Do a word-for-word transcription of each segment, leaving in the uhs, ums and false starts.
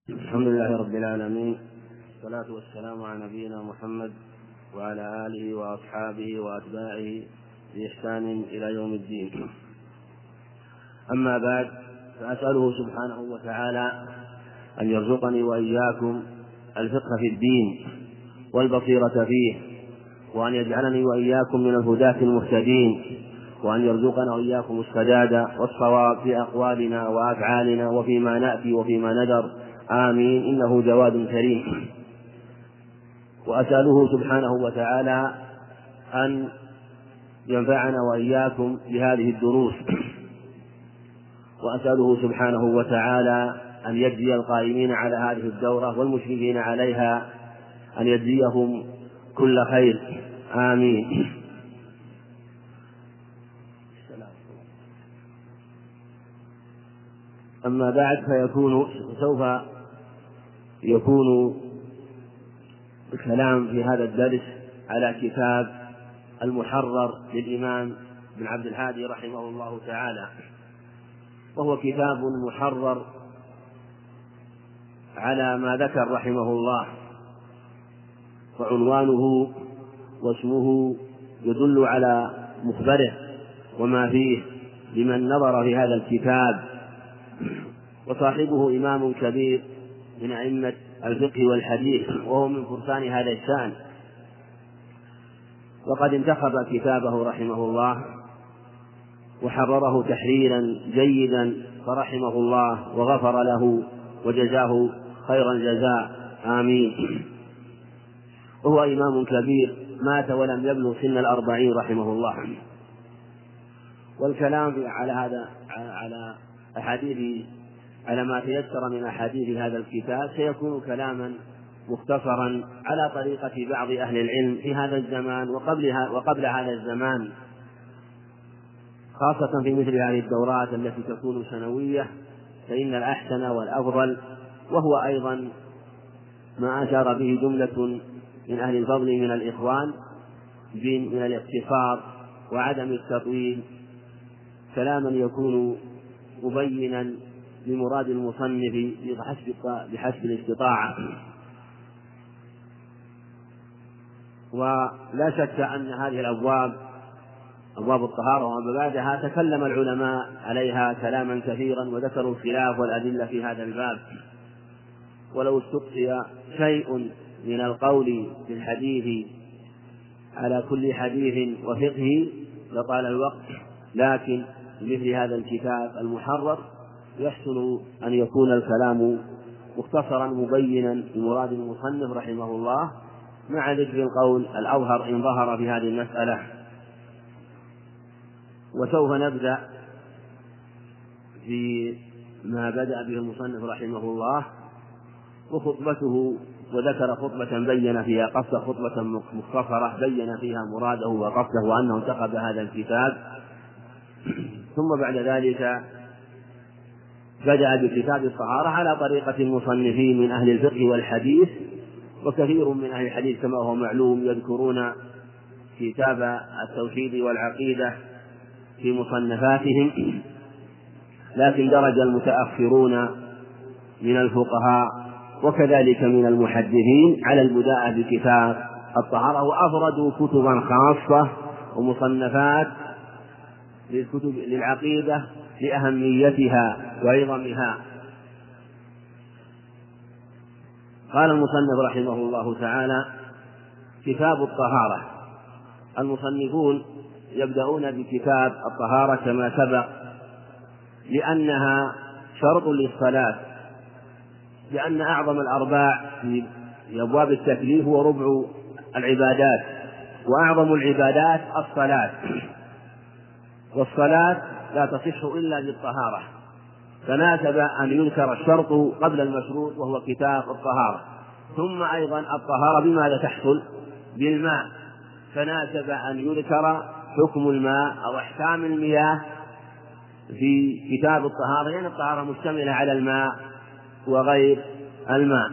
الحمد لله رب العالمين، والصلاة والسلام على نبينا محمد وعلى آله وأصحابه وأتباعه بإحسان إلى يوم الدين. أما بعد، فأسأله سبحانه وتعالى أن يرزقني وإياكم الفقه في الدين والبصيرة فيه، وأن يجعلني وإياكم من الهداة المهتدين، وأن يرزقنا وإياكم السداد والصواب في أقوالنا وأفعالنا وفيما نأتي وفيما ندر، آمين، إنه جواد كريم. وأسأله سبحانه وتعالى أن ينفعنا وإياكم بهذه الدروس، وأسأله سبحانه وتعالى أن يجزي القائمين على هذه الدورة والمشرفين عليها أن يجزيهم كل خير، آمين. أما بعد، فيكون سوف يكون الكلام في هذا الدرس على كتاب المحرر للإمام بن عبد الهادي رحمه الله تعالى، وهو كتاب محرر على ما ذكر رحمه الله، وعنوانه واسمه يدل على مخبره وما فيه لمن نظر في هذا الكتاب، وصاحبه إمام كبير من أئمة الفقه والحديث، وهو من فرسان هذا الشأن، وقد انتخب كتابه رحمه الله وحرره تحريرا جيدا، فرحمه الله وغفر له وجزاه خير الجزاء، آمين. وهو إمام كبير مات ولم يبلغ سن الأربعين رحمه الله. والكلام على هذا على أحاديث على ما تيسر من أحاديث هذا الكتاب سيكون كلاما مختصرا على طريقة بعض أهل العلم في هذا الزمان وقبلها وقبل هذا الزمان، خاصة في مثل هذه الدورات التي تكون سنوية، فإن الأحسن والأفضل، وهو أيضا ما أشار به جملة من أهل الفضل من الإخوان من الاختصار وعدم التطويل، كلاما يكون مبينا لمراد المصنف بحسب الاستطاعة. ولا شك أن هذه الأبواب أبواب الطهارة ومبادئها تكلم العلماء عليها كلاما كثيرا، وذكروا الخلاف والأدلة في هذا الباب، ولو استقصي شيء من القول في الحديث على كل حديث وفقه لطال الوقت، لكن مثل هذا الكتاب المحرر يحسن أن يكون الكلام مختصرا مبينا لمراد المصنف رحمه الله، مع ذكر القول الأظهر إن ظهر في هذه المسألة. وسوف نبدأ في ما بدأ به المصنف رحمه الله وخطبته، وذكر خطبة بين فيها قصة، خطبة مختصرة بين فيها مراده وقصده وأنه انتخب هذا الكتاب. ثم بعد ذلك بدأ بكتاب الطهارة على طريقة المصنفين من أهل الفقه والحديث، وكثير من أهل الحديث كما هو معلوم يذكرون كتاب التوحيد والعقيدة في مصنفاتهم، لكن درج المتأخرون من الفقهاء وكذلك من المحدثين على البداء بكتاب الطهارة، وأفردوا كتبا خاصة ومصنفات للكتب للعقيدة لأهميتها وعظمها. قال المصنف رحمه الله تعالى: كتاب الطهارة. المصنفون يبدأون بكتاب الطهارة كما سبق، لأنها شرط للصلاة، لأن أعظم الأرباع في أبواب التكليف هو ربع العبادات، وأعظم العبادات الصلاة، والصلاة لا تصح إلا بالطهارة، فناسب أن يذكر الشرط قبل المشروط وهو كتاب الطهارة. ثم أيضا الطهارة بماذا تحصل؟ بالماء، فناسب أن يذكر حكم الماء أو أحكام المياه في كتاب الطهارة، لأن الطهارة مشتملة على الماء وغير الماء.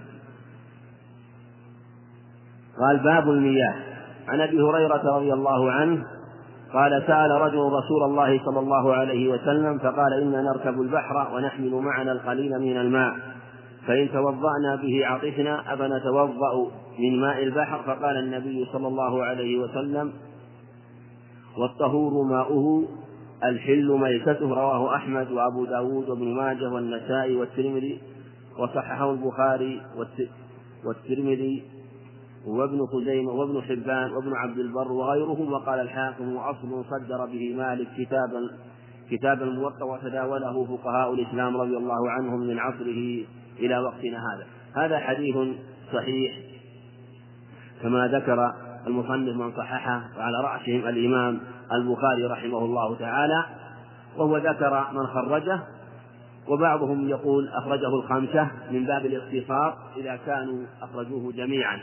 قال: باب المياه. عن أبي هريرة رضي الله عنه قال: سأل رجل رسول الله صلى الله عليه وسلم فقال: إنا نركب البحر ونحمل معنا القليل من الماء، فإن توضأنا به عطشنا أفنتوضأ من ماء البحر؟ فقال النبي صلى الله عليه وسلم: والطهور ماؤه الحل ميتته. رواه أحمد وأبو داود وابن ماجه والنسائي والترمذي، وصححه البخاري والترمذي وابن خزيمة وابن حبان وابن عبد البر وغيرهم. وقال الحاكم: أصل صدر به مالك كتابا كتاب الموطأ وتداوله فقهاء الإسلام رضي الله عنهم من عصره إلى وقتنا هذا. هذا حديث صحيح كما ذكر المصنف من صححه، وعلى رأسهم الإمام البخاري رحمه الله تعالى، وهو ذكر من خرجه، وبعضهم يقول أخرجه الخمسة من باب الاختصار إذا كانوا أخرجوه جميعا.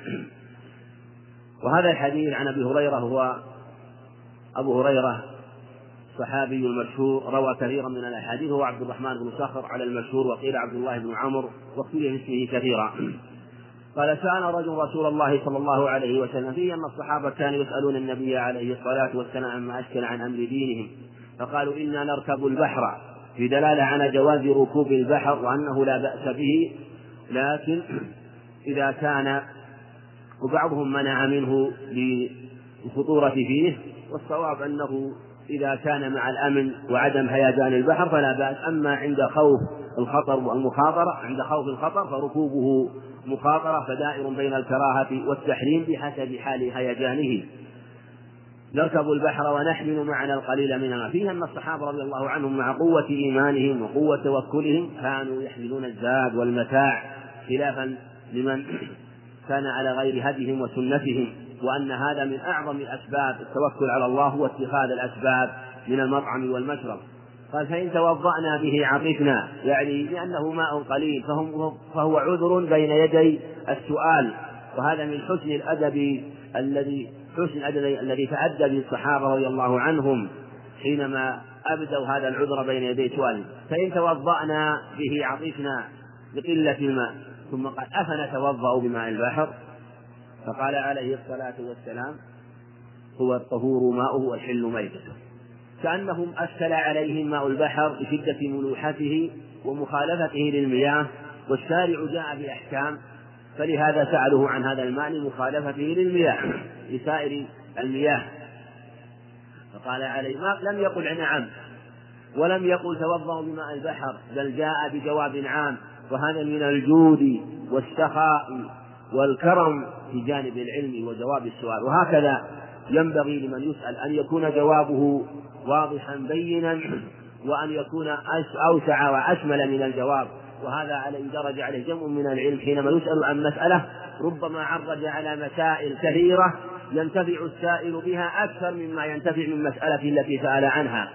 وهذا الحديث عن أبي هريرة، هو أبو هريرة صحابي المشهور روى كثيرا من الأحاديث، هو عبد الرحمن بن صخر على المشهور، وقيل عبد الله بن عمرو، واختلف اسمه كثيرا. قال: سأل رجل رسول الله صلى الله عليه وسلم فيه أن الصحابة كانوا يسألون النبي عليه الصلاة والسلام عما أشكل عن أمر دينهم، فقالوا: إنا نركب البحر، في دلالة على جواز ركوب البحر وأنه لا بأس به، لكن إذا كان، وبعضهم منع منه للخطورة فيه، والصواب أنه إذا كان مع الأمن وعدم هيجان البحر فلا بأس. أما عند خوف الخطر والمخاطرة، عند خوف الخطر فركوبه مخاطرة، فدائر بين الكراهة والتحريم بحسب حال هيجانه. نركب البحر ونحمل معنا القليل من الماء. فيه أن الصحابة رضي الله عنهم مع قوة إيمانهم وقوة توكلهم كانوا يحملون الزاد والمتاع، خلافا لمن كان على غير هديهم وسنتهم، وأن هذا من أعظم أسباب التوكل على الله هو اتخاذ الأسباب من المطعم والمشرب. قال: فإن توضأنا به عطشنا، يعني لأنه ماء قليل، فهو عذر بين يدي السؤال. وهذا من حسن الأدب الذي حسن الأدب الذي تأدب الصحابة رضي الله عنهم حينما أبدوا هذا العذر بين يدي سؤال. فإن توضأنا به عطشنا بقلة الماء، ثم قال: أفنتوضأ بماء البحر؟ فقال عليه الصلاة والسلام: هو الطهور ماؤه الحل ميتته، كأنهم أشكل عليهم ماء البحر بشدة ملوحته ومخالفته للمياه، والشارع جاء بأحكام، فلهذا سألوه عن هذا الماء لمخالفته للمياه لسائر المياه. فقال عليه: ما لم يقل نعم ولم يقل توضأوا بماء البحر، بل جاء بجواب عام، وهذا من الجود والسخاء والكرم في جانب العلم وجواب السؤال. وهكذا ينبغي لمن يسأل أن يكون جوابه واضحا بينا، وأن يكون أوسع وأشمل من الجواب. وهذا عليه درج عليه جمع من العلم حينما يسأل عن مسألة ربما عرج على مسائل كثيرة ينتفع السائل بها أكثر مما ينتفع من مسألة التي سأل عنها.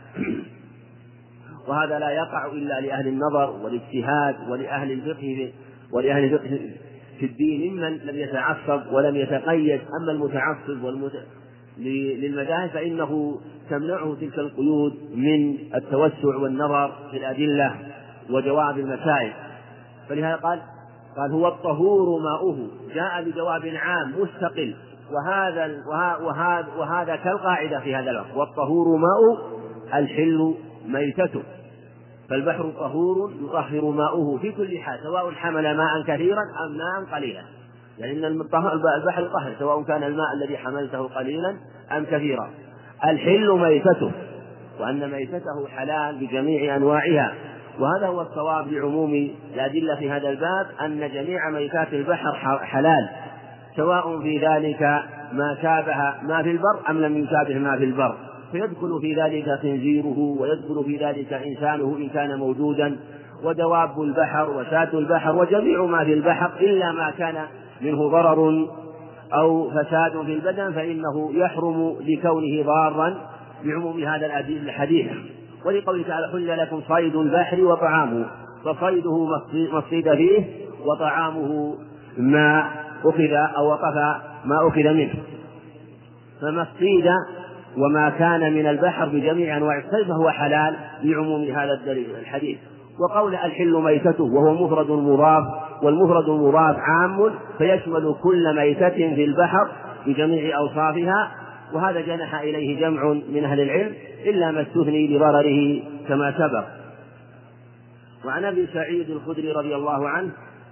وهذا لا يقع إلا لأهل النظر والاجتهاد ولأهل الفقه ولأهل الفقه في الدين ممن لم يتعصب ولم يتقيد. أما المتعصب والمت... للمذاهب فإنه تمنعه تلك القيود من التوسع والنظر في الأدلة وجواب المسائل. فلهذا قال قال هو الطهور ماؤه، جاء بجواب عام مستقل، وهذا وهذا وهذا كالقاعدة في هذا الوقت: والطهور ماؤه الحل ميتته. فالبحر طهور يطهر ماؤه في كل حال، سواء حمل ماء كثيرا أم ماء قليلا، يعني أن البحر طهر سواء كان الماء الذي حملته قليلا أم كثيرا. الحل ميتته، وأن ميتته حلال بجميع أنواعها. وهذا هو الصواب لعموم الأدلة في هذا الباب، أن جميع ميتات البحر حلال، سواء في ذلك ما شابه ما في البر أم لم يشابه ما في البر، فيدخل في ذلك خنزيره، ويدخل في ذلك إنسانه إن كان موجودا، ودواب البحر وشاة البحر وجميع ما في البحر، إلا ما كان منه ضرر أو فساد في البدن فإنه يحرم لكونه ضارا بعموم هذا الحديث. ولقوله تعالى: حل لكم صيد البحر وطعامه، فصيده ما اصطيد فيه، وطعامه ما أخذ أو وقف ما أخذ منه. فما اصطيد وما كان من البحر بجميع أنواع الصيد فهو حلال بعموم هذا الدليل الحديث. وقول الحل ميتته وهو مفرد مضاف، والمفرد المضاف عام فيشمل كل ميتة في البحر بجميع أوصافها، وهذا جنح إليه جمع من أهل العلم إلا ما استثني لضرره كما سبق. وعن أبي سعيد الخدري رضي الله عنه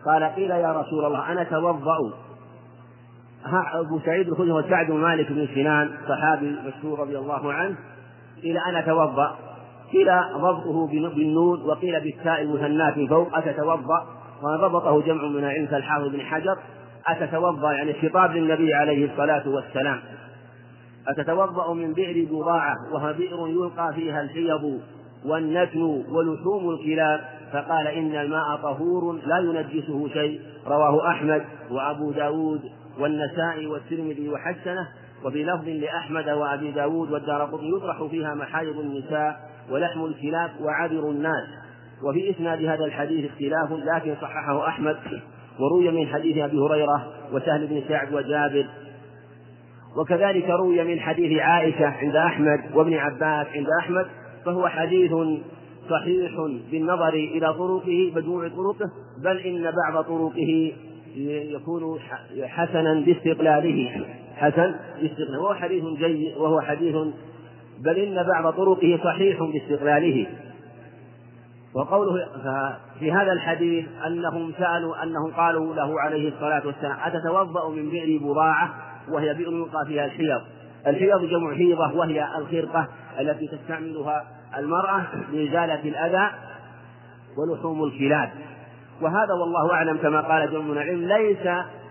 قال قيل يا رسول الله أنا أتوضأ. أبو سعيد الخدري وسعد بن مالك بن سنان صحابي مشهور رضي الله عنه قيل أنا أتوضأ، قيل ضبطه بالنون وقيل بالتاء المثناة فوق أتتوضأ، وضبطه جمع من العلم كالحافظ بن حجر. أتتوضأ يعني خطاب للنبي عليه الصلاة والسلام. أتتوضأ من بئر بضاعة وهي بئر يلقى فيها الحيض والنتن ولحوم الكلاب، فقال إن الماء طهور لا ينجسه شيء. رواه أحمد وأبو داود والنسائي والترمذي وحسنه. وفي لفظ لأحمد وأبي داود والدارقطني يطرح فيها محايض النساء ولحم الكلاب وعذر الناس. وفي إسناد هذا الحديث اختلاف لكن صححه أحمد، وروي من حديث أبي هريرة وسهل بن سعد وجابر، وكذلك روي من حديث عائشة عند أحمد وابن عباس عند أحمد، فهو حديث صحيح بالنظر إلى طرقه مجموع طرقه، بل إن بعض طرقه يكون حسنا باستقلاله، حسن باستقلاله، وهو حديث جيد، وهو حديث بل إن بعض طرقه صحيح باستقلاله. وقوله في هذا الحديث أنهم سألوا أنهم قالوا له عليه الصلاة والسلام أتتوضأ من بئر بضاعة وهي بئر يلقى فيها الحيض. الحيض جمع حيضة وهي الخرقة التي تستعملها المرأة لإزالة الأذى ولحوم الكلاب. وهذا والله أعلم كما قال جمع من العلم ليس،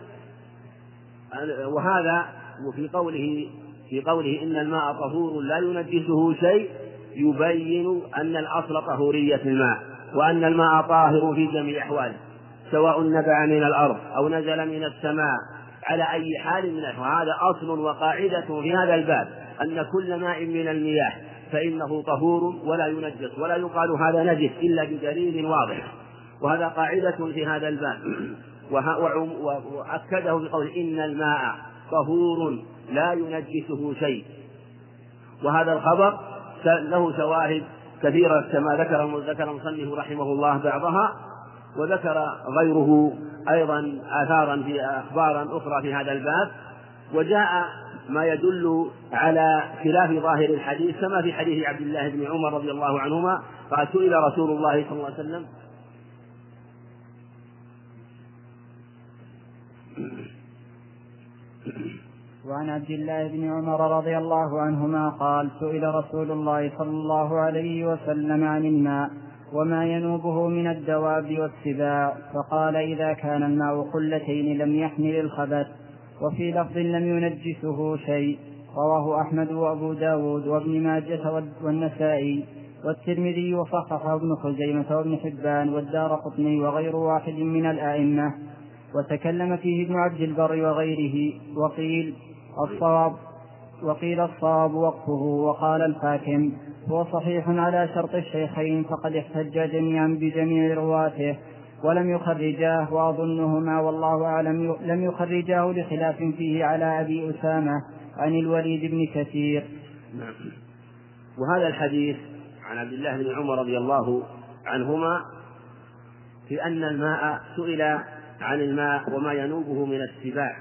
وهذا وفي قوله في قوله إن الماء طهور لا ينجسه شيء يبين أن الأصل طهورية الماء، وأن الماء طاهر في جميع أحواله سواء نبع من الأرض أو نزل من السماء على أي حال من الأحوال. هذا أصل وقاعدة في هذا الباب، أن كل ماء من المياه فإنه طهور ولا ينجس، ولا يقال هذا نجس إلا بدليل واضح، وهذا قاعدة في هذا الباب. وأكده بقول إن الماء طهور لا ينجسه شيء. وهذا الخبر له شواهد كثيرة كما ذكر ذكر المصنف رحمه الله بعضها، وذكر غيره أيضا آثارا في أخبارا أخرى في هذا الباب. وجاء ما يدل على خلاف ظاهر الحديث كما في حديث عبد الله بن عمر رضي الله عنهما قال سئل رسول الله صلى الله عليه وسلم وعن عبد الله بن عمر رضي الله عنهما قال سئل رسول الله صلى الله عليه وسلم عن الماء وما ينوبه من الدواب والسباع، فقال إذا كان الماء قلتين لم يحمل الخبث، وفي لفظ لم ينجسه شيء. رواه أحمد وأبو داود وابن ماجة والنسائي والترمذي وصححه ابن خزيمة وابن حبان والدارقطني وغير واحد من الأئمة، وتكلم فيه ابن عبد البر وغيره. وقيل الصواب وقيل الصواب وقفه. وقال الحاكم هو صحيح على شرط الشيخين، فقد احتج جميعا بجميع رواته ولم يخرجاه، وأظنهما والله أعلم لم يخرجاه لخلاف فيه على أبي أسامة عن الوليد بن كثير. وهذا الحديث عن عبد الله بن عمر رضي الله عنهما في أن الماء سئل عن الماء وما ينوبه من السباع،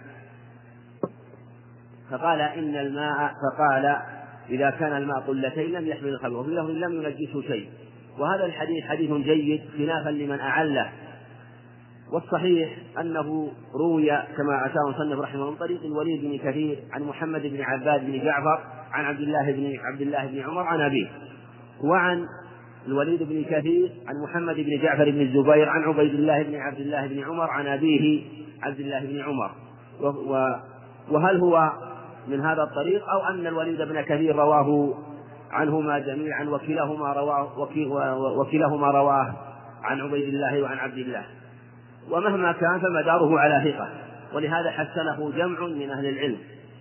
فقال إن الماء فقال إذا كان الماء قلتين لم يحمل الخبث، وفي لفظ لم ينجسه شيء. وهذا الحديث حديث جيد خلافا لمن أعله. والصحيح أنه روي كما أتاه المصنف رحمه الله من طريق الوليد بن كثير عن محمد بن عباد بن جعفر عن عبد الله بن عبد الله بن عمر عن أبيه، وعن الوليد بن كثير عن محمد بن جعفر بن الزبير عن عبيد الله بن عبد الله بن عمر عن أبيه عبد الله بن عمر. وهل هو من هذا الطريق أو أن الوليد بن كثير رواه عنهما جميعا وكلاهما رواه وكلاهما رواه عن عبيد الله وعن عبد الله، ومهما كان فمداره على ثقة، ولهذا حسنه جمع من أهل العلم.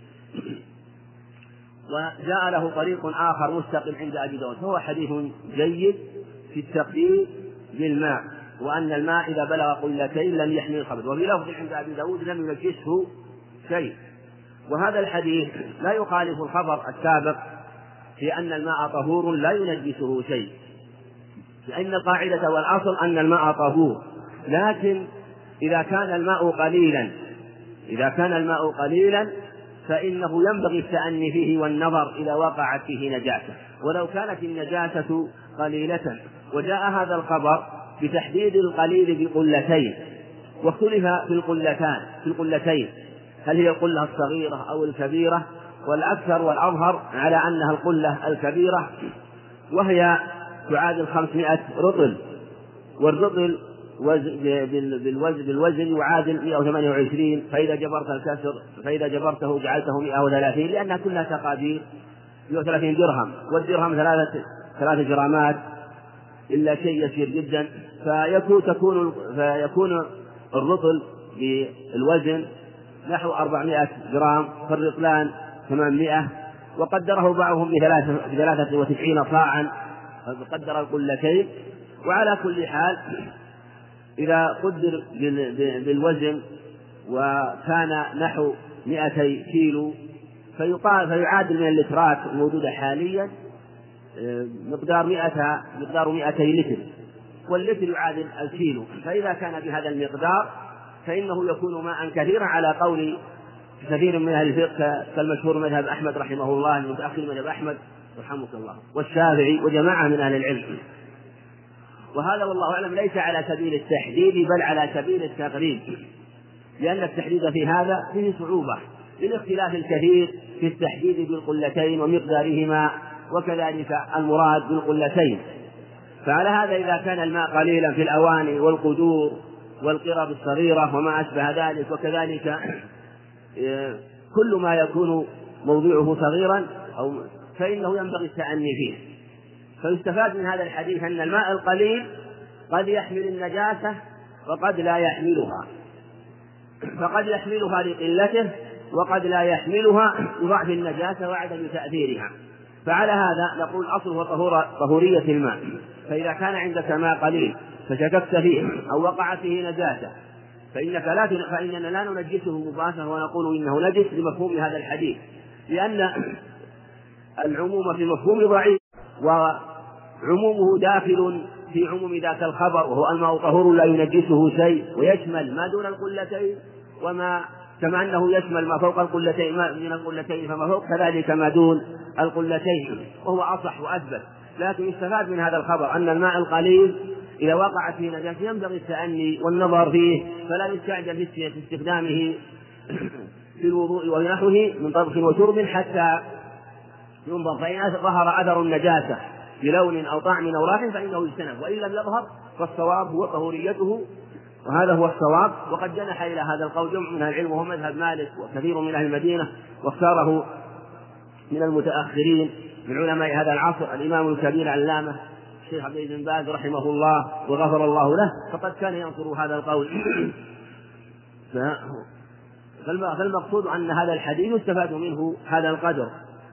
وجاء له طريق آخر مستقل عند أبي داود، هو حديث جيد في التقدير بالماء، وأن الماء إذا بلغ قلتين لم يحمل الخبث، وفي لفظ عند أبي داود لم ينجسه شيء. وهذا الحديث لا يخالف الخبر السابق في أن الماء طهور لا ينجسه شيء، لأن القاعدة والأصل أن الماء طهور، لكن إذا كان الماء قليلا إذا كان الماء قليلا فإنه ينبغي التأني فيه والنظر إذا وقعت فيه نجاسة، ولو كانت النجاسة قليلة. وجاء هذا الخبر بتحديد القليل بقلتين، واختلف في القلتان في القلتين هل هي القلة الصغيرة أو الكبيرة، والأكثر والأظهر على أنها القلة الكبيرة، وهي تعادل خمسمائة رطل، والرطل بالوزن, بالوزن يعادل مائة وثمانية وعشرين، فإذا جبرت الكسر فإذا جبرته جعلته مائة وثلاثين، لأنها كلها تقادير مائة وثلاثين درهم، والدرهم ثلاثة ثلاثة جرامات إلا شيء يسير جدا، فيكون تكون فيكون الرطل بالوزن نحو أربعمائة جرام، فالرطلان ثمانمائة، وقدره بعضهم بثلاثة وتسعين صاعا، قدر القلتين. وعلى كل حال إذا قدر بالوزن وكان نحو مئتي كيلو فيقال فيعادل من اللترات الموجودة حاليا مقدار مئة مقدار مئتي لتر، واللتر يعادل الكيلو، فإذا كان بهذا المقدار فإنه يكون ماء كثيرا على قول كثير من أهل الفقه كالمشهور مذهب أحمد رحمه الله، المتأخر مذهب أحمد رحمه الله والشافعي وجماعة من أهل العلم. وهذا والله أعلم ليس على سبيل التحديد بل على سبيل التقريب، لأن التحديد في هذا فيه صعوبة للاختلاف الكثير في التحديد بالقلتين ومقدارهما، وكذلك المراد بالقلتين. فعلى هذا إذا كان الماء قليلا في الأواني والقدور والقرب الصغيرة وما أشبه ذلك، وكذلك كل ما يكون موضوعه صغيرا أو فإنه ينبغي التأني فيه. فيستفاد من هذا الحديث أن الماء القليل قد يحمل النجاسة وقد لا يحملها، فقد يحملها لقلته وقد لا يحملها لضعف النجاسة وعدم تأثيرها. فعلى هذا نقول أصله طهورية الماء، فإذا كان عندك ماء قليل فشككت فيه أو وقع فيه نجاسة فإنك لا فإننا لا ننجسه مباشرة ونقول إنه نجس لمفهوم هذا الحديث، لأن العموم في مفهوم ضعيف، وعمومه داخل في عموم ذاك الخبر، وهو الماء طهور لا ينجسه شيء، ويشمل ما دون القلتين وما كما أنه يشمل ما فوق القلتين ما من القلتين فما فوق كذلك ما دون القلتين، وهو أصح وأثبت. لكن يستفاد من هذا الخبر أن الماء القليل إذا وقعت فيه نجاسة ينبغي التأني والنظر فيه، فلا يستعجل في استخدامه في الوضوء ونحوه من طبخ وشرب حتى ينظر، فإن ظهر أثر النجاسة بلون أو طعم أو رائحة فإنه يجتنب، وإن لم يظهر فالصواب هو طهوريته، وهذا هو الصواب. وقد جنح إلى هذا القول جمع من العلم وهو مذهب مالك وكثير من أهل المدينة، واختاره من المتأخرين من علماء هذا العصر الإمام الكبير العلامة الشيخ عبد العزيز بن باز رحمه الله وغفر الله له، فقد كان ينصر هذا القول. فالمقصود أن هذا الحديث يستفاد منه هذا القدر،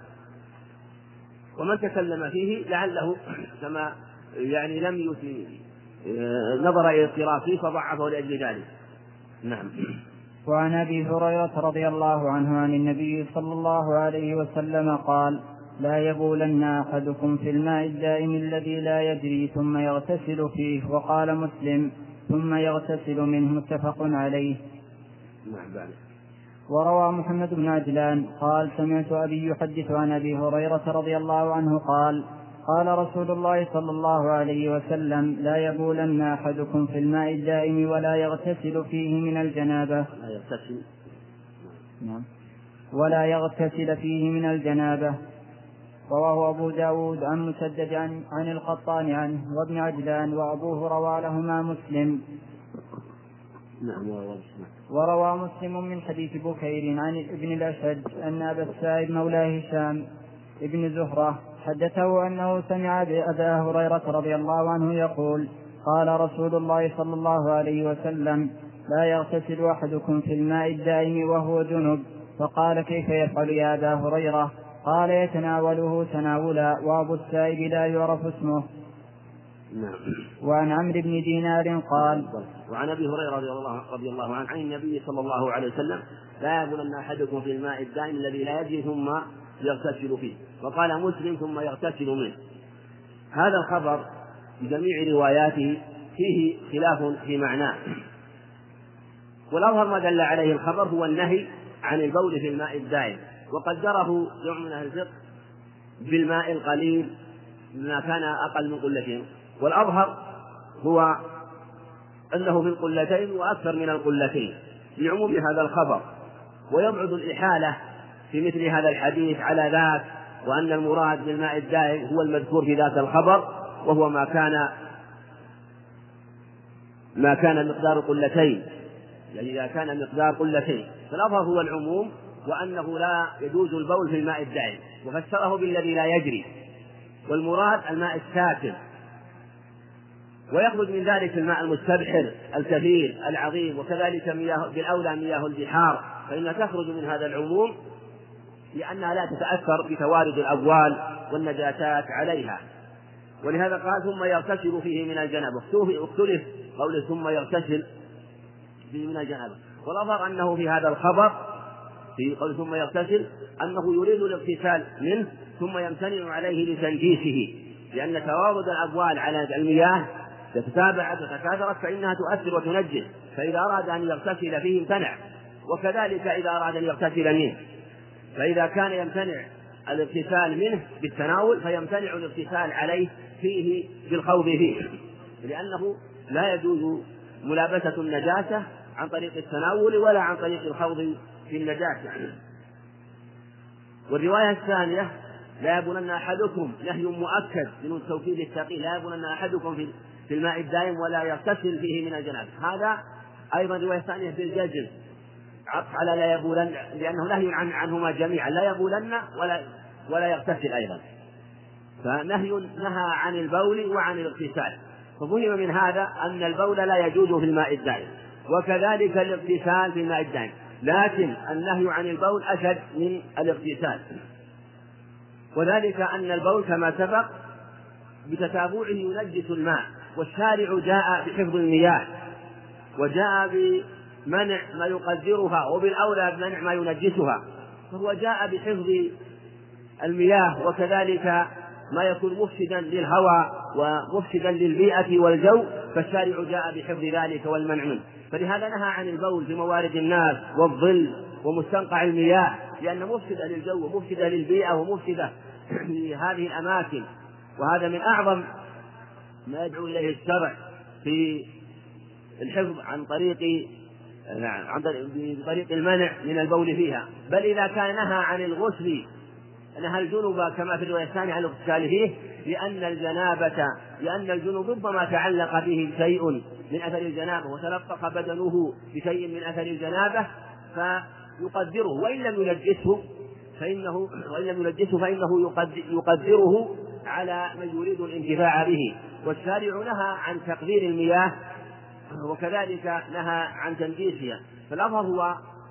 ومن تكلم فيه لعله كما يعني لم يثي نظر إلى اضطراب فيه فضعفه لأجل ذلك. نعم. وعن أبي هريرة رضي الله عنه عن النبي صلى الله عليه وسلم قال: لا يبولن أحدكم في الماء الدائم الذي لا يجري ثم يغتسل فيه. وقال مسلم: ثم يغتسل منه، متفق عليه. نعم. وروى محمد بن عجلان قال: سمعت أبي يحدث عن أبي هريرة رضي الله عنه قال: قال رسول الله صلى الله عليه وسلم: لا يبولن أحدكم في الماء الدائم ولا يغتسل فيه من الجنابة لا يغتسل نعم ولا يغتسل فيه من الجنابة. رواه أبو داود عن مسدد عن, عن القطان عنه وابن عجلان، وأبوه روى لهما مسلم. نعم. وروى مسلم من حديث بكير عن ابن الأشهد أن أبا السائب مولى هشام ابن زهرة حدثه أنه سمع أبا هريرة رضي الله عنه يقول: قال رسول الله صلى الله عليه وسلم: لا يغتسل أحدكم في الماء الدائم وهو جنب. فقال: كيف يفعل يا أبا هريرة؟ قال: يتناوله تناولا، وأبو السائب لا يعرف اسمه. نعم. وعن عمرو بن دينار قال: وعن أبي هريرة رضي الله, رضي الله عنه عن النبي صلى الله عليه وسلم: لا يبولن أحدكم في الماء الدائم الذي لا يجري ثم يغتسل فيه. وقال مسلم: ثم يغتسل منه. هذا الخبر بجميع رواياته فيه خلاف في معناه، والأظهر ما دل عليه الخبر هو النهي عن البول في الماء الدائم، وقدره جمع من أهل الفقه بالماء القليل ما كان أقل من قلتين، والأظهر هو أنه في القلتين وأكثر من القلتين لعموم هذا الخبر. ويبعد الإحالة في مثل هذا الحديث على ذاك، وأن المراد بالماء الدائم هو المذكور في ذات الخبر، وهو ما كان ما كان مقدار قلتين، يعني إذا كان مقدار قلتين. فالأظهر هو العموم، وأنه لا يجوز البول في الماء الدائم، وفسره بالذي لا يجري، والمراد الماء الساكن. ويخرج من ذلك الماء المستبحر الكثير العظيم، وكذلك مياه بالأولى مياه البحار، فإنها تخرج من هذا العموم لأنها لا تتأثر بتوارد الأبوال والنجاسات عليها. ولهذا قال ثم يغتسل فيه من الجنابة، اختلف قوله ثم يغتسل فيه من الجنابة، والأظهر أنه في هذا الخبر في قول ثم يغتسل أنه يريد الاغتسال منه ثم يمتنع عليه لتنجيسه، لأن توارد الأبوال على المياه تتتابعت وتكاثرت فإنها تؤثر وتنجس، فإذا أراد أن يغتسل فيه امتنع. وكذلك إذا أراد أن يغتسل منه، فإذا كان يمتنع الاغتسال منه بالتناول فيمتنع الاغتسال عليه فيه بالخوض فيه، لأنه لا يجوز ملابسة النجاسة عن طريق التناول ولا عن طريق الخوض في النجاسة. والرواية الثانية لا يبولن أحدكم نهي مؤكد من توكيد التقي، لا يبولن أحدكم في الماء الدائم ولا يغتسل فيه من الجنابة. هذا أيضا رواية ثانية بالجزم عطف على لا يبولن، لأنه نهي عن عنهما جميعا، لا يبولن ولا ولا يغتسل أيضا، فنهي نهى عن البول وعن الاغتسال. ففهم من هذا أن البول لا يجوز في الماء الدائم، وكذلك الاغتسال في الماء الدائم، لكن النهي عن البول أشد من الاغتسال، وذلك أن البول كما سبق بتتابعه ينجس الماء، والشارع جاء بحفظ المياه وجاء بمنع ما يقدرها وبالأولى بمنع ما ينجسها، فهو جاء بحفظ المياه وكذلك ما يكون مفسدا للهواء ومفسدا للبيئة والجو، فالشارع جاء بحفظ ذلك والمنع منه. فلهذا نهى عن البول في موارد الناس والظل ومستنقع المياه، لأن مفسدة للجو ومفسدة للبيئة ومفسدة لهذه الأماكن، وهذا من أعظم ما يدعو إليه الشرع في الحفظ عن طريق عن طريق المنع من البول فيها. بل إذا كان نهى عن الغسل نهى الجنوب كما في الرواية الثانية عن الاغتسال فيه، لأن الجنابة لأن الجنوب ربما تعلق به شيء من أثر الجنابة وتلطخ بدنه بشيء من أثر الجنابة فيقدره، وإن لم ينجسه فإنه وإن لم ينجسه فإنه يقدره على من يريد الانتفاع به. والشارع نهى عن تقدير المياه وكذلك نهى عن تنجيسها، فالأظهر هو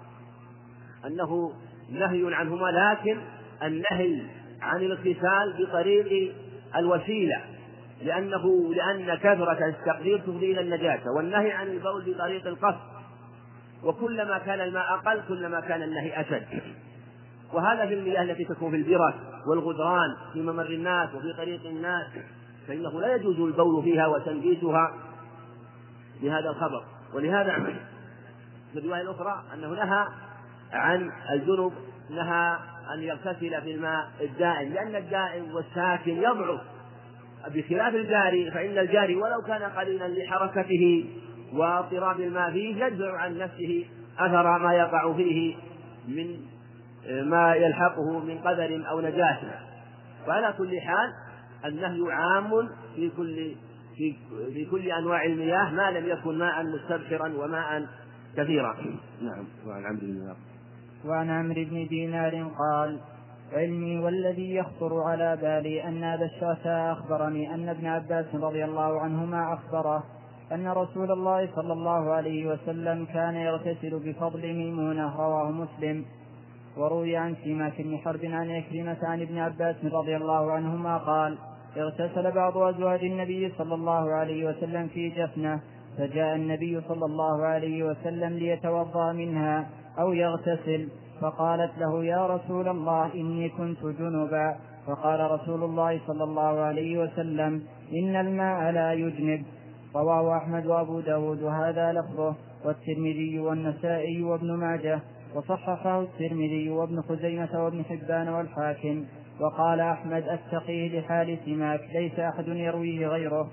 أنه نهي عنهما، لكن النهي عن الاغتسال بطريق الوسيلة، لأنه لأن كثرة التقدير تفضي إلى النجاسة، والنهي عن البول بطريق القصد، وكلما كان الماء أقل كلما كان النهي أشد. وهذا في المياه التي تكون في البرك والغدران في ممر الناس وفي طريق الناس، فإنه لا يجوز البول فيها وتنجيسها بهذا الخبر. ولهذا في الرواية الأخرى أنه نهى عن الجنب، نهى أن يغتسل في الماء الدائم، لأن الدائم والساكن يضعف بخلاف الجاري، فإن الجاري ولو كان قليلا لحركته واضطراب الماء فيه يدفع عن نفسه أثر ما يقع فيه من ما يلحقه من قدر أو نجاسة. وعلى كل حال النهي عام في كل في, في كل أنواع المياه ما لم يكن ماء مستبحرا وماء كثيرا. نعم. وعن عمرو بن وعن عمرو بن دينار قال: علمي والذي يخطر على بالي أن أبا الشعثاء أخبرني أن ابن عباس رضي الله عنهما أخبره أن رسول الله صلى الله عليه وسلم كان يغتسل بفضل ميمونة، رواه مسلم. وروي عن سماك بن حرب عن عكرمة عن ابن عباس رضي الله عنهما قال: اغتسل بعض أزواج النبي صلى الله عليه وسلم في جفنة، فجاء النبي صلى الله عليه وسلم ليتوضأ منها أو يغتسل، فقالت له: يا رسول الله إني كنت جنبا. فقال رسول الله صلى الله عليه وسلم: إن الماء لا يجنب. رواه أحمد وأبو داود وهذا لفظه، والترمذي والنسائي وابن ماجه، وصححه الترمذي وابن خزيمة وابن حبان والحاكم. وقال أحمد: أتقيه لحال سماك، ليس أحد يرويه غيره.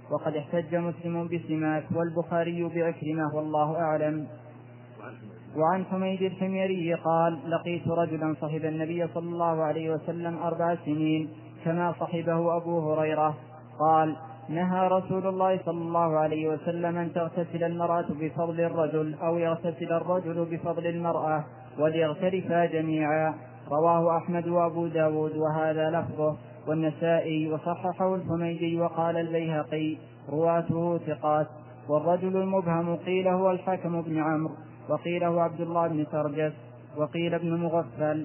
وقد احتج مسلم بسماك والبخاري بعكرمة والله أعلم. وعن حميد الحميري قال: لقيت رجلا صحب النبي صلى الله عليه وسلم أربع سنين كما صحبه أبو هريرة. قال: نهى رسول الله صلى الله عليه وسلم أن تغتسل المرأة بفضل الرجل أو يغتسل الرجل بفضل المرأة وليغترفا جميعا. رواه أحمد وأبو داود وهذا لفظه، والنسائي وصححه الحميدي وقال البيهقي رواته ثقات. والرجل المبهم قيل هو الحكم بن عمرو، وقيل هو عبد الله بن سرجس، وقيل ابن مغفل.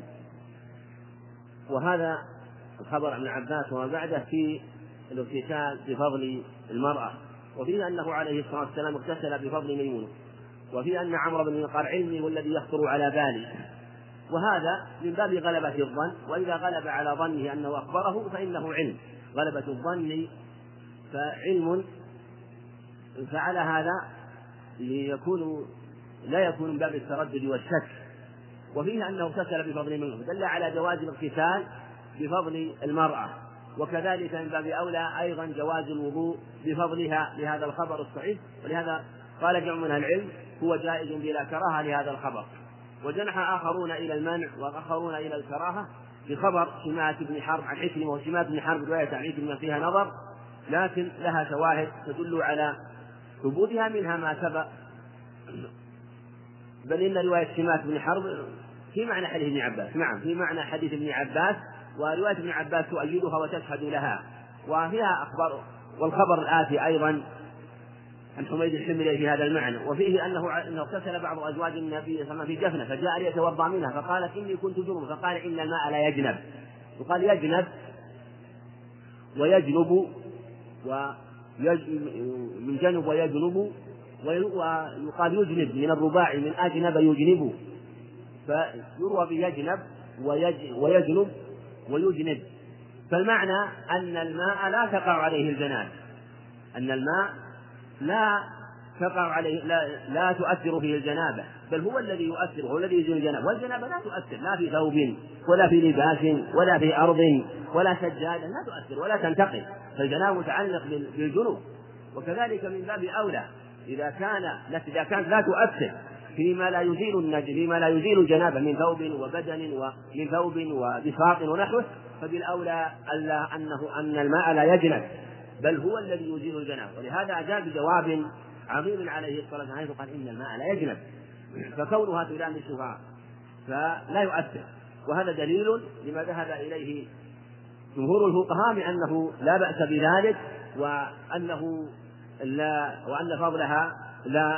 وهذا الخبر عن عباس وما بعده في الاغتسال بفضل المرأة، وفيه أنه عليه الصلاة والسلام اغتسل بفضل ميمونة، وفيه أن عمرو بن قال علمي والذي يخطر على بالي، وهذا من باب غلبة الظن، وإذا غلب على ظنه أنه أخبره فإنه علم. غلبة الظن فعلم، فعلى هذا يكون لا يكون من باب التردد والشك. وفيه أنه اغتسل بفضل ميمونة دل على جواز الاغتسال بفضل المرأة، وكذلك من باب أولى أيضا جواز الوضوء بفضلها لهذا الخبر الصحيح، ولهذا قال جمع من العلم هو جائز بلا كراهة لهذا الخبر. وجنح آخرون إلى المنع وآخرون إلى الكراهة بخبر سماك بن حرب عن عكرمة، وسماك بن حرب رواية عن عكرمة فيها نظر، لكن لها شواهد تدل على ثبوتها، منها ما سبق، بل إن رواية سماك بن حرب في معنى حديث ابن عباس، نعم في معنى حديث ابن عباس، ورواية ابن عباس تؤيدها وتشهد لها وفيها أخبار. والخبر الآتي أيضا عن حميد الحميري في هذا المعنى، وفيه أنه أنه اغتسل بعض أزواج النبي صلى الله عليه وسلم في جفنة فجاء ليتوضأ منها فقالت إني كنت جنبا، فقال إن الماء لا يجنب، وقال يجنب ويجنب ومن جنب ويجنب، ويقال يجنب من الرباعي من أجنب يجنب، فيروى بيجنب ويجنب ويجنب، فالمعنى أن الماء لا تقع عليه الجنابة، أن الماء لا تقع عليه لا, لا تؤثر فيه الجنابة، بل هو الذي يؤثر، هو الذي يزيل الجنابة، والجنابة لا تؤثر لا في ثوب ولا في لباس ولا في أرض ولا سجادة، لا تؤثر ولا تنتقل، فالجنابة متعلق بالجنوب. وكذلك من باب أولى إذا كان إذا كانت لا تؤثر فيما لا يزيل النجم فيما لا يزيل الجنابة من ثوب وبدن ومن ثوب وبساط ونحوه، فبالأولى ألا أنه أن الماء لا يجنب بل هو الذي يزيل الجنابة. ولهذا أجاب بجواب عظيم عليه الصلاة والسلام حيث قال إن الماء لا يجنب، فكونها تلامسها فلا يؤثر، وهذا دليل لما ذهب إليه جمهور الفقهاء بأنه لا بأس بذلك، وأنه لا وأن فضلها لا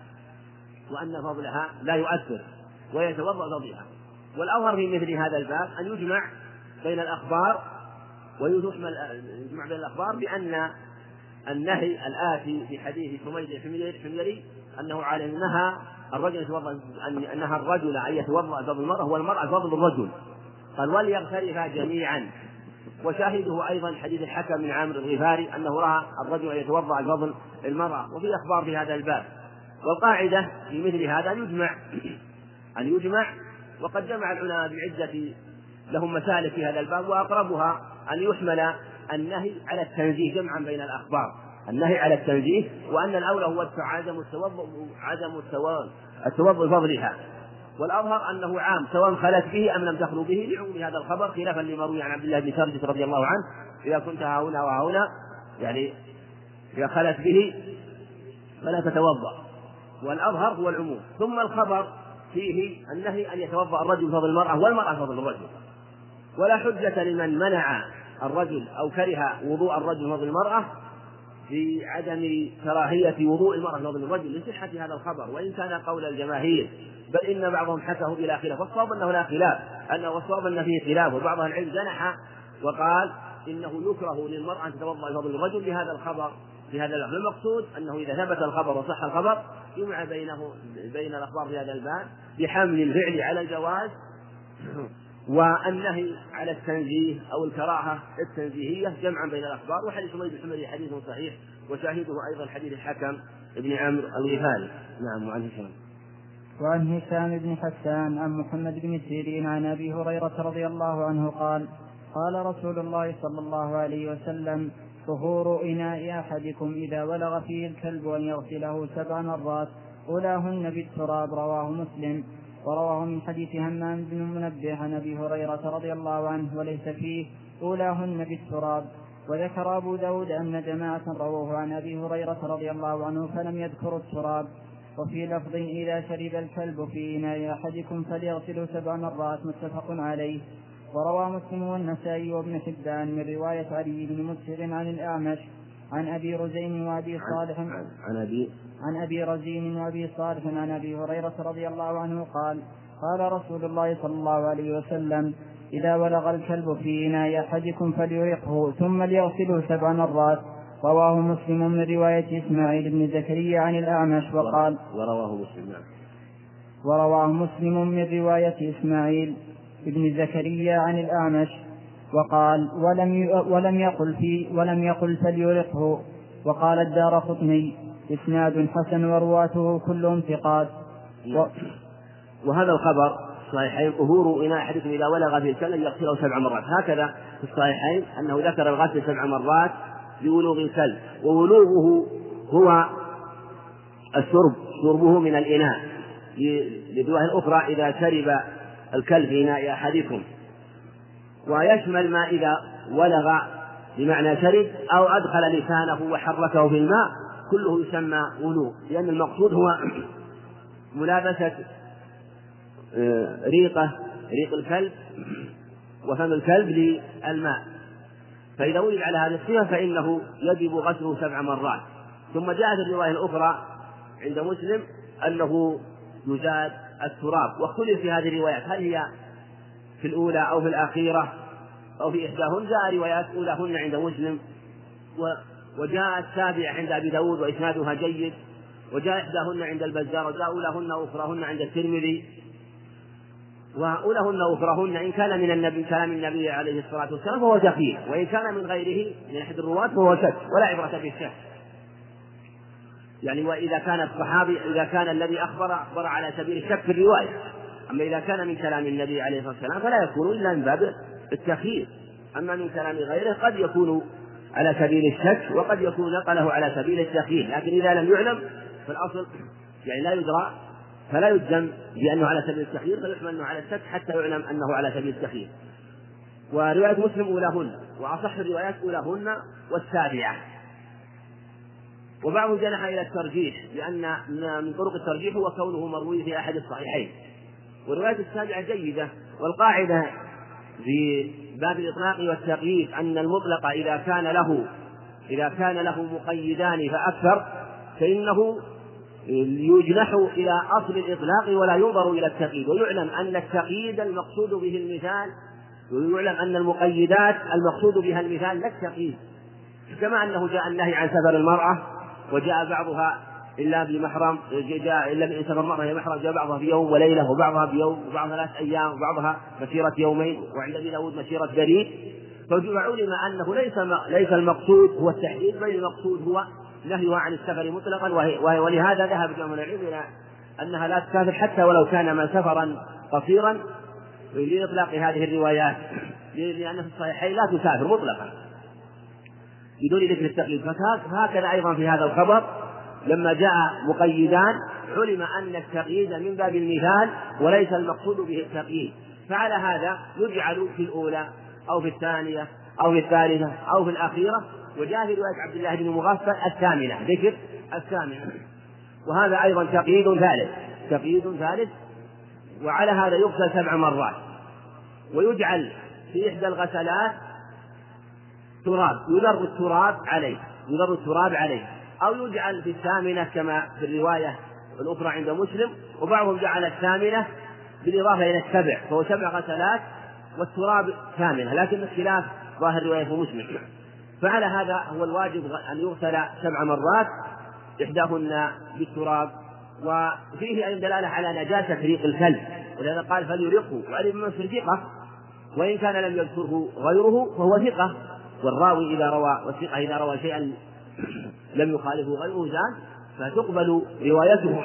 وأن فضلها لا يؤثر ويتوضأ فضلها. والأظهر في مثل هذا الباب أن يجمع بين الأخبار ويجمع بين الأخبار بأن النهي الآتي في حديث حميد الحميري أنه على نهى الرجل يتوضأ أن نهى الرجل أن يتوضأ فضل المرأة والمرأة فضل الرجل، قال وليغترفا جميعا. وشاهده أيضا حديث الحكم بن عامر الغفاري أنه رأى الرجل أن يتوضأ فضل المرأة، وفي أخبار في هذا الباب. والقاعدة في مثل هذا أن يجمع أن يجمع وقد جمع العلماء بعدة لهم مسالك في هذا الباب، وأقربها أن يحمل النهي على التنزيه جمعا بين الأخبار، النهي على التنزيه، وأن الأولى هو عدم التوضؤ عدم التوضؤ بفضلها، والأظهر أنه عام سواء خلت به أم لم تخلو به لعموم هذا الخبر، خلافا لما روي عن عبد الله بن سرجس رضي الله عنه إذا كنت ها هنا وها يعني إذا خلت به فلا تتوضأ، والأظهر هو العموم. ثم الخبر فيه النهي أن يتوضأ الرجل بفضل المرأة والمرأة بفضل الرجل، ولا حجة لمن منع الرجل أو كره وضوء الرجل بفضل المرأة في عدم كراهية وضوء المرأة بفضل الرجل لصحة هذا الخبر، وإن كان قول الجماهير، بل إن بعضهم حكاه إلى خلاف، والصواب أنه لا خلاف، أنه والصواب أن فيه خلاف، وبعض العلم جنح وقال إنه يكره للمرأة أن تتوضأ بفضل الرجل لهذا الخبر في هذا اللفظ. المقصود أنه إذا ثبت الخبر وصح الخبر يجمع بينه بين الأخبار في هذا الباب بحمل الفعل على الجواز والنهي على التنزيه أو الكراهة التنزيهية جمعا بين الأخبار. وحديث حميد الحميري حديث صحيح، وشاهده أيضا حديث الحكم ابن عمرو الغفاري. نعم. وعن هشام وعن هشام بن حسان عن محمد بن سيرين عن أبي هريرة رضي الله عنه قال: قال رسول الله صلى الله عليه وسلم: طهور إناء أحدكم إذا ولغ فيه الكلب أن يغسله سبع مرات أولاهن بالتراب. رواه مسلم. ورواه من حديث همام بن منبه عن أبي هريرة رضي الله عنه وليس فيه أولاهن بالتراب. وذكر أبو داود أن جماعة رووه عن أبي هريرة رضي الله عنه فلم يذكروا التراب. وفي لفظ إذا شرب الكلب في إناء أحدكم فليغسله سبع مرات متفق عليه. وروى مسلم والنسائي وابن حبان من رواية علي بن مسهر عن الأعمش عن أبي رزين وأبي صالح عن, عن, أبي عن أبي رزين وأبي صالح عن أبي هريرة رضي الله عنه قال قال رسول الله صلى الله عليه وسلم إذا ولغ الكلب في إناء أحدكم فليرقه ثم ليغسله سبع مرات. رواه مسلم من رواية إسماعيل بن زكريا عن الأعمش وقال ورواه مسلم ورواه مسلم من رواية إسماعيل بن زكريا عن الأعمش وقال ولم ولم يقل في ولم يقل فليرقه. وقال الدارقطني إسناد حسن ورواته كلهم ثقات. و... وهذا الخبر الصحيحين طهور إناء أحدكم إذا ولغ في الكلب يغسله سبع مرات. هكذا في الصحيحين أنه ذكر الغسل سبع مرات لولوغ الكلب، وولوغه هو الشرب شربه من الإناء. لرواية أخرى إذا شرب الكلب في إناء أحدكم، ويشمل ما إذا ولغ بمعنى شرب أو أدخل لسانه وحركه في الماء كله يسمى ولوغ، لأن المقصود هو ملابسة ريقه ريق الكلب وفم الكلب للماء. فإذا ولد على هذه الصفة فإنه يجب غسله سبع مرات. ثم جاءت الرواية الأخرى عند مسلم أنه يزاد التراب، واختلف في هذه الروايات هل هي في الأولى أو في الأخيرة أو في إحداهن. جاء روايات أولاهن عند مسلم، وجاء السابعة عند أبي داود وإسنادها جيد، وجاء إحداهن عند البزار، وجاء أولاهن وأخراهن عند الترمذي. وأولاهن وأخراهن إن كان من النبي كلام النبي عليه الصلاة والسلام فهو تخيير، وإن كان من غيره من أحد الرواة فهو شك ولا عبرة بالشك. يعني وإذا كان الصحابي إذا كان الذي أخبر أخبر على سبيل الشك في الرواية، أما إذا كان من كلام النبي عليه الصلاة والسلام فلا يكون إلا من باب التخيير. أما من كلام غيره قد يكون على سبيل الشك وقد يكون نقله على سبيل التخيير، لكن إذا لم يعلم فالأصل يعني لا يدرى فلا يجزم بأنه على سبيل التخيير، فيحمل أنه على الشك حتى يعلم أنه على سبيل التخيير. ورواية مسلم أولاهن، وأصح الروايات أولاهن والسابعة. وبعضهم جنح إلى الترجيح، لأن من طرق الترجيح هو كونه مروي في أحد الصحيحين. ورواية السابعة جيدة. والقاعدة في باب الإطلاق والتقييد أن المطلق إذا كان له إذا كان له مقيدان فأكثر فإنه يجنح إلى أصل الإطلاق ولا ينظر إلى التقييد، ويعلم أن التقييد المقصود به المثال، ويعلم أن المقيدات المقصود بها المثال لا التقييد. كما أنه جاء النهي عن سفر المرأة وجاء بعضها إلا بمحرم، جاء إلا من سفر المرأة هي محرم، جاء بعضها بيوم وليلة وبعضها بيوم وبعضها ثلاث أيام وبعضها مسيرة يومين وعند أبي داود مسيرة بريد. فعلم أنه ليس ليس المقصود هو التحديد، بل المقصود هو نهيها عن السفر مطلقا، ولهذا ذهب جمع العلم إلى أنها لا تسافر حتى ولو كان ما سفرا قصيرا لإطلاق هذه الروايات، لأن في الصحيحين لا تسافر مطلقا بدون ذكر التقييد. فهكذا أيضا في هذا الخبر لما جاء مقيدان علم أن التقييد من باب المثال وليس المقصود به التقييد، فعلى هذا يجعل في الأولى أو في الثانية أو في الثالثة أو في الأخيرة. وجاء في رواية عبد الله بن مغفل الثامنة ذكر الثامنة، وهذا أيضا تقييد ثالث تقييد ثالث وعلى هذا يغسل سبع مرات، ويجعل في إحدى الغسلات تراب يذر التراب عليه يذر التراب عليه أو يجعل في الثامنة كما في الرواية الأخرى عند مسلم. وبعضهم جعل الثامنة بالإضافة إلى السبع، فهو سبع غسلات والتراب ثامنة، لكن الخلاف ظاهر رواية مسلم. فعلى هذا هو الواجب أن يغسل سبع مرات إحداهن بالتراب. وفيه أيضا دلالة على نجاسة ريق الكلب، ولهذا قال فليرقه، وعلم في الثقة وإن كان لم يذكره غيره فهو ثقة، والراوي إذا روى والثقة إذا روى شيئا لم يخالفه غيره زاد فتقبل روايته.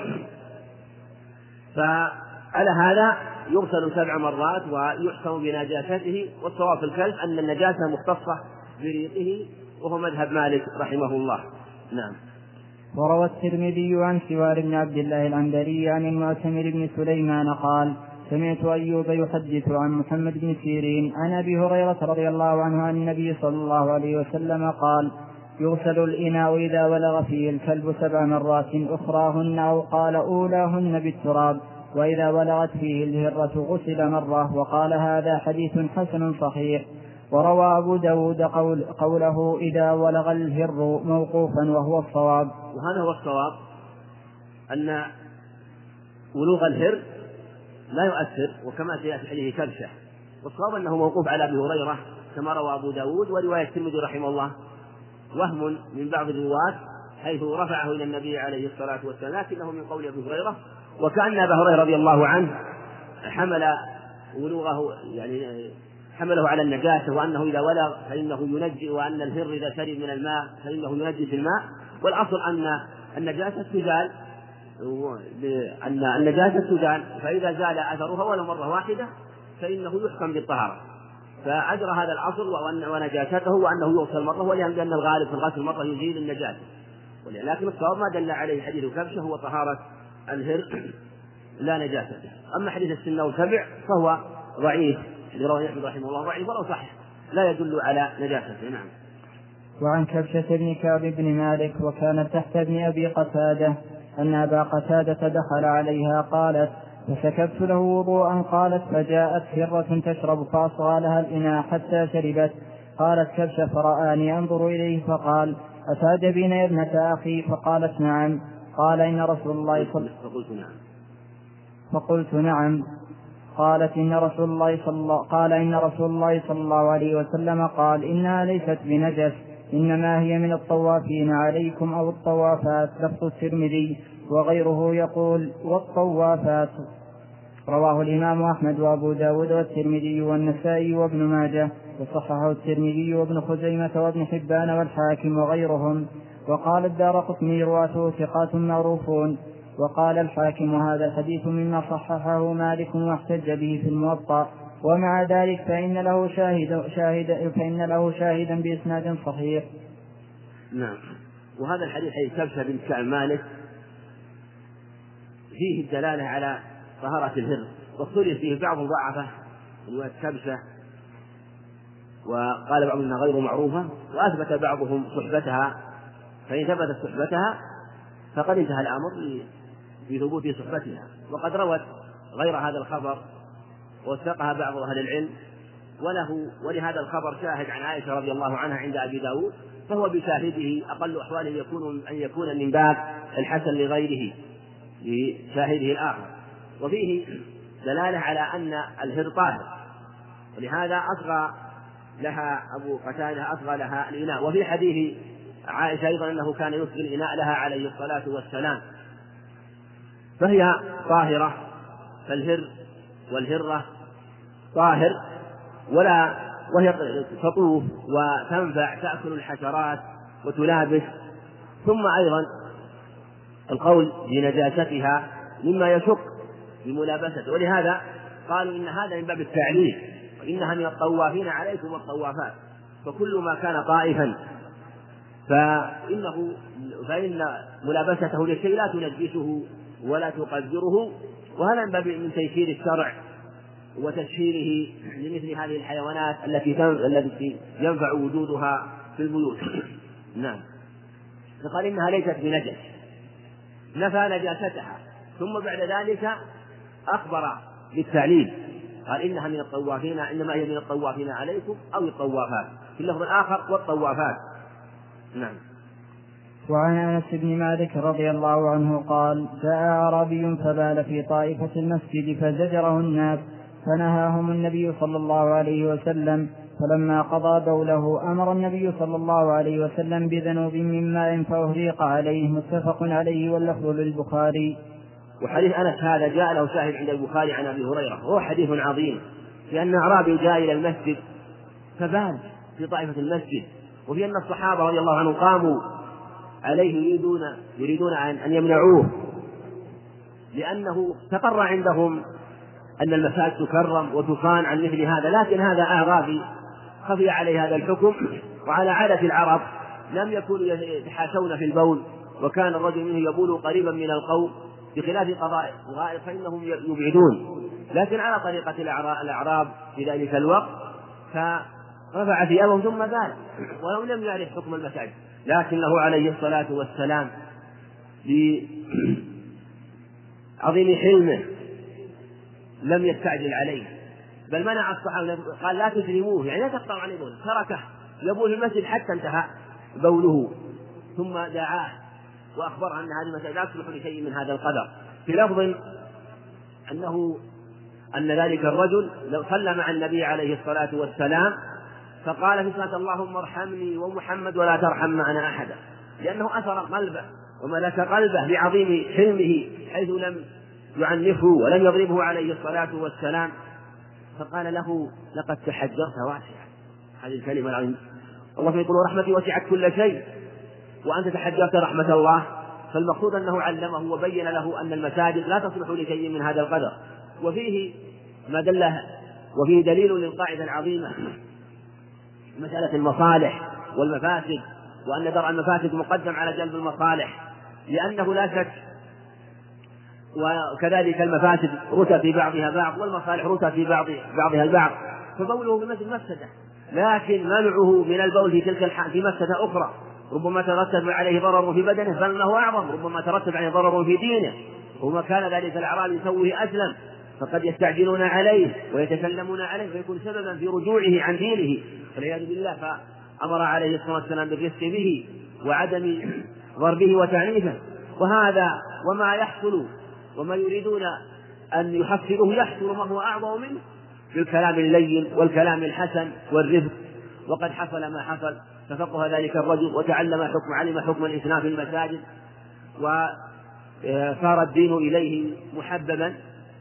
فعلى هذا يغسل سبع مرات ويحكم بنجاسته. والصواب في الكلب أن النجاسة مختصة بريقه وهو مذهب مالك رحمه الله. نعم. وروى الترمذي عن سوار بن عبد الله العنبري عن المعتمر بن سليمان قال سمعت أيوب يحدث عن محمد بن سيرين عن أبي هريرة رضي الله عنه عن النبي صلى الله عليه وسلم قال يغسل الإناء إذا ولغ فيه الكلب سبع مرات أخراهن أو قال أولاهن بالتراب، وإذا ولغت فيه الهرة غسل مرة. وقال هذا حديث حسن صحيح. وروى أبو داود قول قوله إذا ولغ الهر موقوفا وهو الصواب. وهذا هو الصواب أن ولوغ الهر لا يؤثر، وكما سيأتي حديث كبشة، والصواب أنه موقوف على أبي هريرة كما روى أبو داود. ورواية الترمذي رحمه الله وهم من بعض الرواة حيث رفعه إلى النبي عليه الصلاة والسلام، لكنه من قول أبي هريرة، وكأن أبا هريرة رضي الله عنه حمل ولوغه يعني حمله على النجاسة، وأنه إذا ولغ فإنه ينجي، وأن الهر إذا شرب من الماء فإنه ينجي الماء. والأصل أن النجاسة تزال، أن النجاسة تزال، فإذا زال أثرها ولو مرة واحدة فإنه يحكم بالطهارة. فأجرى هذا الأصل ونجاسته وأنه يغسل مرة، ولأن الغالب في الغسل مرة يزيل النجاسة. لكن الصواب ما دل عليه حديث كبشة هو طهارة الهر لا نجاسة. أما حديث السنة والسبع فهو ضعيف لرواه أحمد رحمه الله ضعيف ولو صح لا يدل على نجاسته. نعم. وعن كبشة بن كعب بن مالك وكانت تحت ابن أبي قتادة أن أبا قتادة دخل عليها قالت فسكبت له وضوءا قالت فجاءت هرة تشرب فأصغى لها الإناء حتى شربت. قالت كبشة فرآني أنظر إليه فقال أتعجبين يا ابنة أخي؟ فقالت نعم. قال إن رسول الله صلى فقلت نعم فقلت نعم. قالت إن رسول الله صلى الله قال إن رسول الله صلى الله عليه وسلم قال إنها ليست بنجس إنما هي من الطوافين عليكم أو الطوافات. لفظ الترمذي وغيره يقول والطوافات. رواه الإمام أحمد وأبو داود والترمذي والنسائي وابن ماجه، وصححه الترمذي وابن خزيمة وابن حبان والحاكم وغيرهم. وقال الدارقطني رواته ثقات معروفون. وقال الحاكم هذا الحديث مما صححه مالك واحتج به في الموطأ، ومع ذلك فإن له شاهد شاهد فإن له شاهدا بإسناد صحيح. نعم. وهذا الحديث حديث كبشة بن كعب مالك فيه الدلالة على طهارة الهر، واختلف فيه بعض ضعفه رواية كبشة، وقال بعضهم انها غير معروفة، وأثبت بعضهم صحبتها، فإن ثبتت صحبتها فقد انتهى الأمر بثبوت صحبتها. وقد روت غير هذا الخبر ووثقها بعض أهل العلم، وله ولهذا الخبر شاهد عن عائشة رضي الله عنها عند أبي داود، فهو بشاهده أقل أحواله يكون أن يكون من باب الحسن لغيره لشاهده الآخر. وفيه دلالة على أن الهر طاهر، ولهذا أصغى لها أبو قتادة أصغى لها الإناء. وفي حديث عائشة أيضا أنه كان يصغي الإناء لها عليه الصلاة والسلام، فهي طاهرة. فالهر والهرة طاهر، ولا وهي تطوف وتنفع تأكل الحشرات وتلابس. ثم أيضا القول بنجاستها مما يشق بملابسته، ولهذا قالوا إن هذا من باب التعليل، وإنها من الطوافين عليكم والطوافات، فكل ما كان طائفا فإنه فإن ملابسته للشيء لا تنجسه ولا تقدره. وهذا من باب من تيسير الشرع وتسهيله لمثل هذه الحيوانات التي التي ينفع وجودها في البيوت. نعم. فقال إنها ليست بنجس، نفى نجاستها، ثم بعد ذلك أخبر بالتعليل، قال إنها من الطوافين، إنما هي من الطوافين عليكم أو الطوافات، في اللفظ الآخر والطوافات. نعم. وعن أنس بن مالك رضي الله عنه قال جاء أعرابي فبال في طائفة المسجد فزجره الناس فنهاهم النبي صلى الله عليه وسلم، فلما قضى بوله أمر النبي صلى الله عليه وسلم بذنوب من ماء فأهريق عليه. متفق عليه واللفظ للبخاري. وحديث أنس هذا جاء له شاهد عند البخاري عن أبي هريرة، وهو حديث عظيم، لأن أعرابي جاء إلى المسجد فبال في طائفة المسجد، وفي أن الصحابة رضي الله عنهم قاموا عليه يريدون يريدون أن يمنعوه، لأنه تقر عندهم أن المساجد تكرم وتصان عن مثل هذا، لكن هذا أعرابي خفي عليه هذا الحكم، وعلى عادة العرب لم يكونوا يتحاشون في البول، وكان الرجل منه يبول قريبا من القوم، بخلاف قضاء الغائط فإنهم يبعدون، لكن على طريقة الأعراب في ذلك الوقت فرفع ثيابهم ثم بال، ولو لم يعرف حكم المساجد، لكنه عليه الصلاة والسلام بعظيم حلمه لم يستعجل عليه، بل منع الصحابة، قال لا تجرموه، يعني لا تقطعوا عليه بوله، تركه يبول في المسجد حتى انتهى بوله، ثم دعاه وأخبر أن هذه المسألة لا تصلح لشيء من هذا القدر، في لفظ أنه أن ذلك الرجل لو صلى مع النبي عليه الصلاة والسلام فقال في صلاة اللهم ارحمني ومحمد ولا ترحم معنا أحدا، لأنه أثر قلبه وملك قلبه بعظيم حلمه حيث لم يعنفه ولم يضربه عليه الصلاة والسلام، فقال له لقد تحجرت واسعا، هذه الكلمة العظيمة، الله يقول رحمتي وسعت كل شيء وأنت تحجرت رحمة الله، فالمقصود أنه علمه وبين له أن المساجد لا تصلح لشيء من هذا القدر. وفيه ما دله وفيه دليل للقاعدة العظيمة مسألة المصالح والمفاسد، وأن درء المفاسد مقدم على جلب المصالح، لأنه لا شك وكذلك المفاسد رتب في بعضها بعض والمصالح رتب في بعض بعضها البعض، فبوله بمثل مفسدة، لكن منعه من البول في تلك الحال في مفسدة أخرى ربما ترتب عليه ضرر في بدنه بل أنه أعظم، ربما ترتب عليه ضرر في دينه، وما كان ذلك الأعراب يسويه أسلم، فقد يستعجلون عليه ويتكلمون عليه ويكون سببا في رجوعه عن دينه والعياذ بالله، فأمر عليه الصلاة والسلام بالرفق به وعدم ضربه وتعنيفه. وهذا وما يحصل وما يريدون أن يحصلوه يحصل ما هو أعظم منه بالكلام اللين والكلام الحسن والرفق، وقد حصل ما حصل، ففقه ذلك الرجل وتعلم حكم علم حكم الإسلام في المساجد وصار الدين إليه محببا،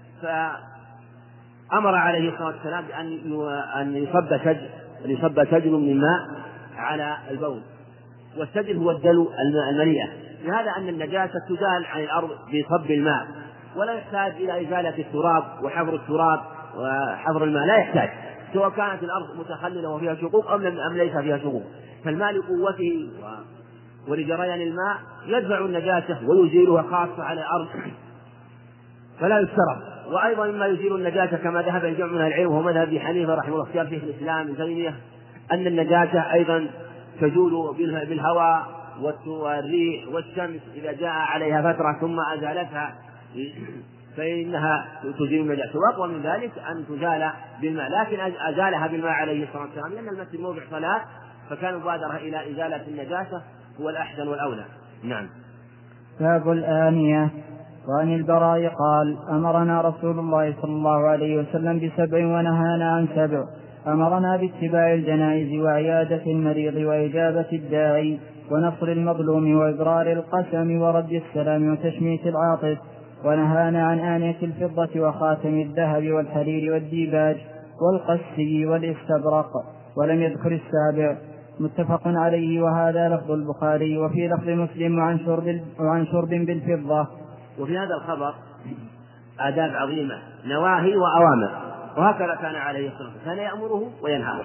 فأمر عليه الصلاة والسلام أن يصب سجل أن يصب سجل من ماء على البول، والسجل هو الدلو المليئة، لهذا أن النجاسة تزال عن الأرض بصب الماء ولا يحتاج إلى إزالة التراب وحفر التراب وحفر الماء، لا يحتاج، سواء كانت الأرض متخللة وفيها شقوق أم ليس فيها شقوق، فالماء لقوته ولجريان الماء يدفع النجاسة ويزيلها خاصة على الأرض فلا يشترط. وأيضا مما يزيل النجاسة كما ذهب الجمع من العلم وهو مذهب أبي حنيفة رحمه الله اختيار شيخ الإسلام ابن تيمية أن النجاسة أيضا تزول بالهواء والريح والشمس إذا جاء عليها فترة ثم أزالتها فإنها تزيل النجاسة، وأقوى من ذلك أن تزال بالماء، لكن أزالها بالماء عليه الصلاة والسلام لأن المسجد موضع صلاة، فكان مبادرة إلى إزالة النجاسة هو الأحسن والأولى. نعم. باب الآنية. وعن البراء قال أمرنا رسول الله صلى الله عليه وسلم بسبع ونهانا عن سبع، أمرنا باتباع الجنائز وعيادة المريض وإجابة الداعي ونصر المظلوم وإبرار القسم ورد السلام وتشميت العاطف، ونهانا عن آنية الفضة وخاتم الذهب والحرير والديباج والقسي والاستبرق، ولم يذكر السابع. متفق عليه، وهذا لفظ البخاري، وفي لفظ مسلم وعن شرب, وعن شرب بالفضة. وفي هذا الخبر آداب عظيمة، نواهي وأوامر، وهكذا كان عليه الصلاة والسلام، كان يأمره وينهاه.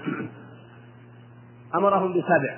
أمرهم بسبع،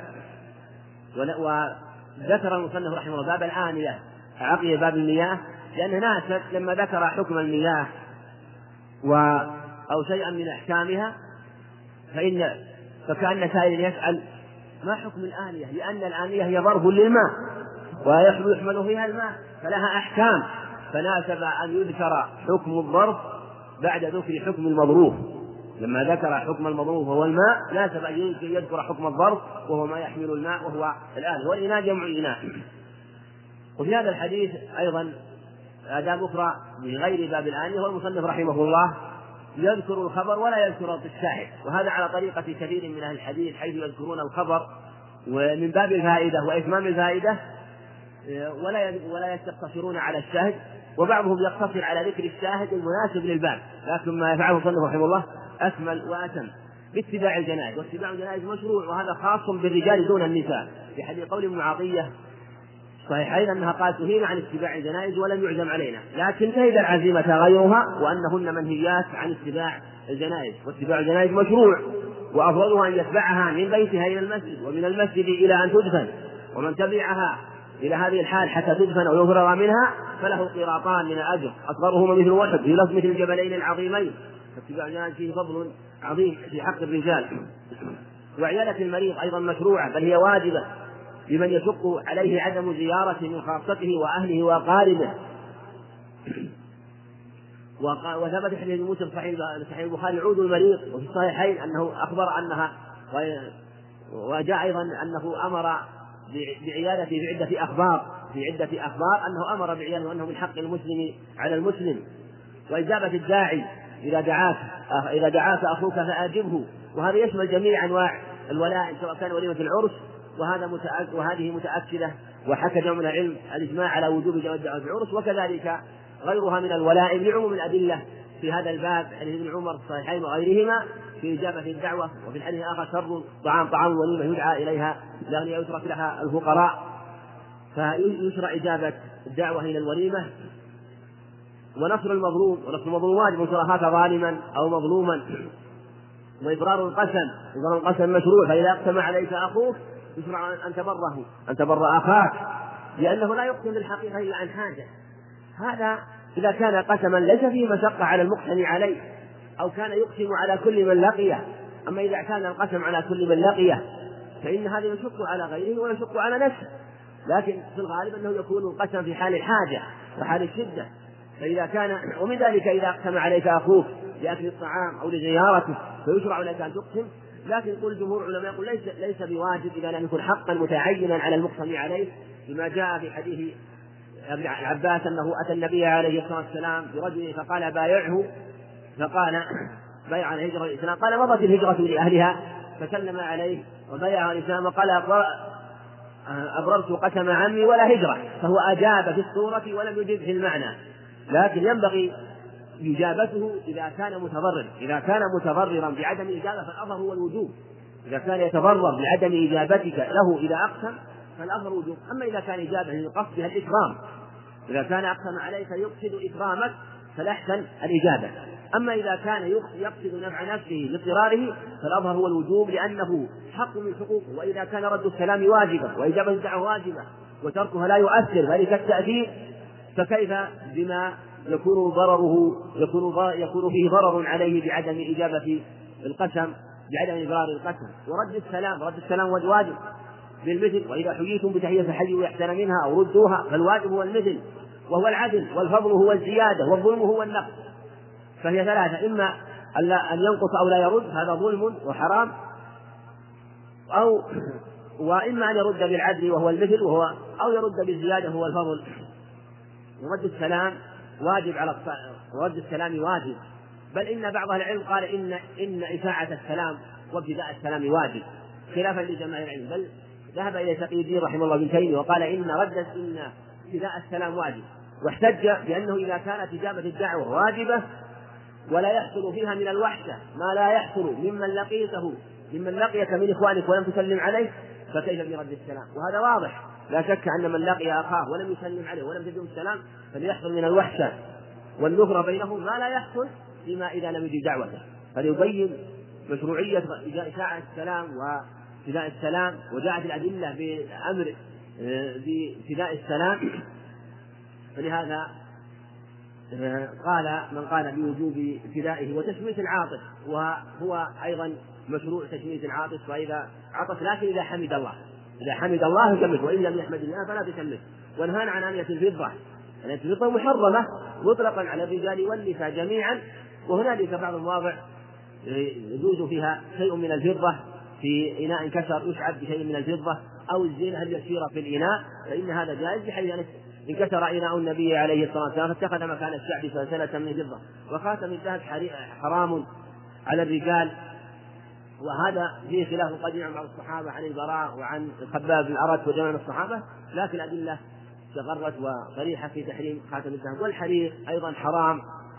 وذكر المصنف رحمه الله باب الآنية عقب باب المياه، لأن ناسا لما ذكر حكم المياه و أو شيئا من أحكامها فإن فكأن سائل يسأل ما حكم الآنية، لأن الآنية هي ظرف للماء ويحمل فيها الماء فلها أحكام، فناسب أن يذكر حكم الظرف بعد ذكر حكم المظروف، لما ذكر حكم المظروف وهو الماء ناسب أن يذكر حكم الظرف وهو ما يحمل الماء وهو الآن، والإناء جمع إناء. وفي هذا الحديث أيضا آداب أخرى من غير باب الآنية، والمصنف رحمه الله يذكر الخبر ولا يذكر الشاهد، وهذا على طريقة كثير من أهل الحديث حيث يذكرون الخبر ومن باب الفائدة وإتمام الفائدة ولا ولا يقتصرون على الشاهد، وبعضهم يقتصر على ذكر الشاهد المناسب للباب، لكن ما يفعله المصنف رحمه الله أكمل وأتم. باتباع الجنائز، واتباع الجنائز مشروع، وهذا خاص بالرجال دون النساء، في حديث قول ابن عطية صحيحين أنها قالت نهينا عن اتباع الجنائز ولم يعزم علينا، لكن شهد العزيمة غيرها وأنهن منهيات عن اتباع الجنائز، واتباع الجنائز مشروع، وأفضلها أن يتبعها من بيتها إلى المسجد ومن المسجد إلى أن تدفن، ومن تبعها إلى هذه الحال حتى تدفن أو يفرغ منها فله قيراطان من الأجر أصغرهما مثل أحد في لفظ مثل الجبلين العظيمين، فاتباع الجنائز فيه فضل عظيم في حق الرجال. وعيادة المريض أيضا مشروعة بل هي واجبة لمن يشق عليه عدم زيارة من خاصته وأهله وأقاربه. وثبت حديث مسلم صحيح البخاري عود المريض، وفي الصحيحين أنه أخبر أنها، وجاء أيضا أنه أمر بعيادة في عدة أخبار في عدة أخبار أنه أمر بعيادة وأنه من حق المسلم على المسلم. وإجابة الداعي إذا دعاك إذا دعاك أخوك فأجبه، وهذا يشمل جميع أنواع الولائم سواء كان وليمة العرس، وهذا متأكد وهذه متأكدة، وحكى جمع من العلم الإجماع على وجوب جواز دعوة العرس، وكذلك غيرها من الولائم لعموم الأدلة في هذا الباب حديث ابن عمر الصحيحين وغيرهما في إجابة الدعوة. وفي الحديث الآخر شر طعام طعام وليمة يدعى إليها لأن يترك لها الفقراء، فيشرع إجابة الدعوة إلى الوليمة. ونصر المظلوم، ونصر المظلوم واجب من أخاك ظالما أو مظلوما. وإبرار القسم، إبرار القسم مشروع، فإذا أقسم عليك أخوك يشرع أن تبره أن تبر أخاك، لأنه لا يقسم بالحقيقة إلا عن حاجة. هذا إذا كان قسما ليس فيه مشقة على المقسم عليه، أو كان يقسم على كل من لقيه. أما إذا كان القسم على كل من لقيه فإن هذا يشق على غيره ويشق على نفسه، لكن في الغالب أنه يكون القسم في حال الحاجة وحال الشدة. فإذا كان ومن ذلك إذا أقسم عليك أخوك لأكل الطعام أو لزيارته فيشرع لك أن تقسم، لكن يقول جمهور العلماء يقول ليس ليس بواجب إذا لم يكن حقا متعينا على المقسم عليه، بما جاء في حديث ابن عباس أنه أتى النبي عليه الصلاة والسلام برجل فقال بايعه، فقال بايع على الهجرة الإسلام، قال مضت الهجرة لأهلها، فسلم عليه وبايع الإسلام وقال أبررت قسم عمي ولا هجرة، فهو أجاب في الصورة ولم يجب في المعنى. لكن ينبغي إجابته إذا كان متضرر إذا كان متضررا بعدم إجابة فالأمر هو الوجوب. إذا كان يتضرر بعدم إجابتك له إذا أقسم فالأمر وجوب. أما إذا كان إجابة لقصدها الإكرام، إذا كان أقسم عليك يقصد إكرامك فالأحسن الإجابة. أما إذا كان يقصد نفع نفسه لاضطراره فالأظهر هو الوجوب، لأنه حق من حقوقه. وإذا كان رد السلام واجبا وإجابة الدعوة واجبة وتركها لا يؤثر ذلك التأثير، فكيف بما يكون ضرره يكون يكون فيه ضرر عليه بعدم إجابة القسم بعدم إبرار القسم. ورد السلام رد السلام واجب بالمثل، وإذا حييتم بتحية فحيوا أحسن منها أو ردوها، فالواجب هو المثل وهو العدل، والفضل هو الزيادة، والظلم هو النقص. فهي ثلاثة: إما أن ينقص أو لا يرد، هذا ظلم وحرام، أو وإما أن يرد بالعدل وهو المثل وهو أو يرد بالزيادة وهو الفضل. ورد السلام واجب على ورد السلام واجب، بل إن بعض العلم قال إن إن إشاعة السلام وابتداء السلام واجب، خلافا لجماهير العلم، بل ذهب إلى تقي الدين رحمه الله ابن تيمية وقال إن رد إن ابتداء السلام واجب، واحتج بأنه إذا كانت إجابة الدعوة واجبة ولا يحصل فيها من الوحشة ما لا يحصل ممن لقيته ممن لقيك من إخوانك ولم تسلم عليه، فكيف برد السلام؟ وهذا واضح، لا شك أن من لقي أخاه ولم يسلم عليه ولم تجب السلام فليحصل من الوحشة والنفرة بينهم ما لا يحصل فيما إذا لم يجب دعوته. فليبين مشروعية إشاعة السلام وابتداء السلام، وجاءت الأدلة بأمر بابتداء السلام. فلهذا قال من قال بوجوب ابتدائه وتشميت العاطف، وهو أيضا مشروع تشميت العاطف، فإذا عطف لكن إذا حمد الله إذا حمد الله يشمت، وإن لم يحمد الله فلا تشمت. ونهانا عن آنية الفضة، آنية الفضة محرمة مطلقا على الرجال والنساء جميعا، وهنالك بعض المواضع يجوز فيها شيء من الفضة في إناء كسر يشعب بشيء من الفضة أو الزينة اليسيرة في الإناء، فإن هذا جائز، بحيث انكسر إناء النبي عليه الصلاة والسلام فاتخذ مكان الشعب سنة من الفضة. وخاتم الذهب حرام على الرجال، وهذا فيه خلاف قديم عن بعض الصحابة عن البراء وعن الخباب بن الأرت وجمع من الصحابة، لكن الأدلة تغرت وصريحة في تحريم خاتم الذهب. والحرير أيضا حرام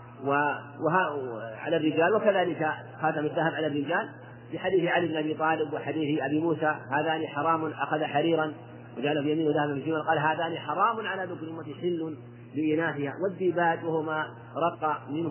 على الرجال، وكذلك خاتم الذهب على الرجال بحديث علي بن أبي طالب وحديث أبي موسى هذان حرام أخذ حريرا وجعله في يمينه ذهبا في شمال، قال هذان حرام على ذكر أمتي حل لإناثها. والديباج وهو ما رق منه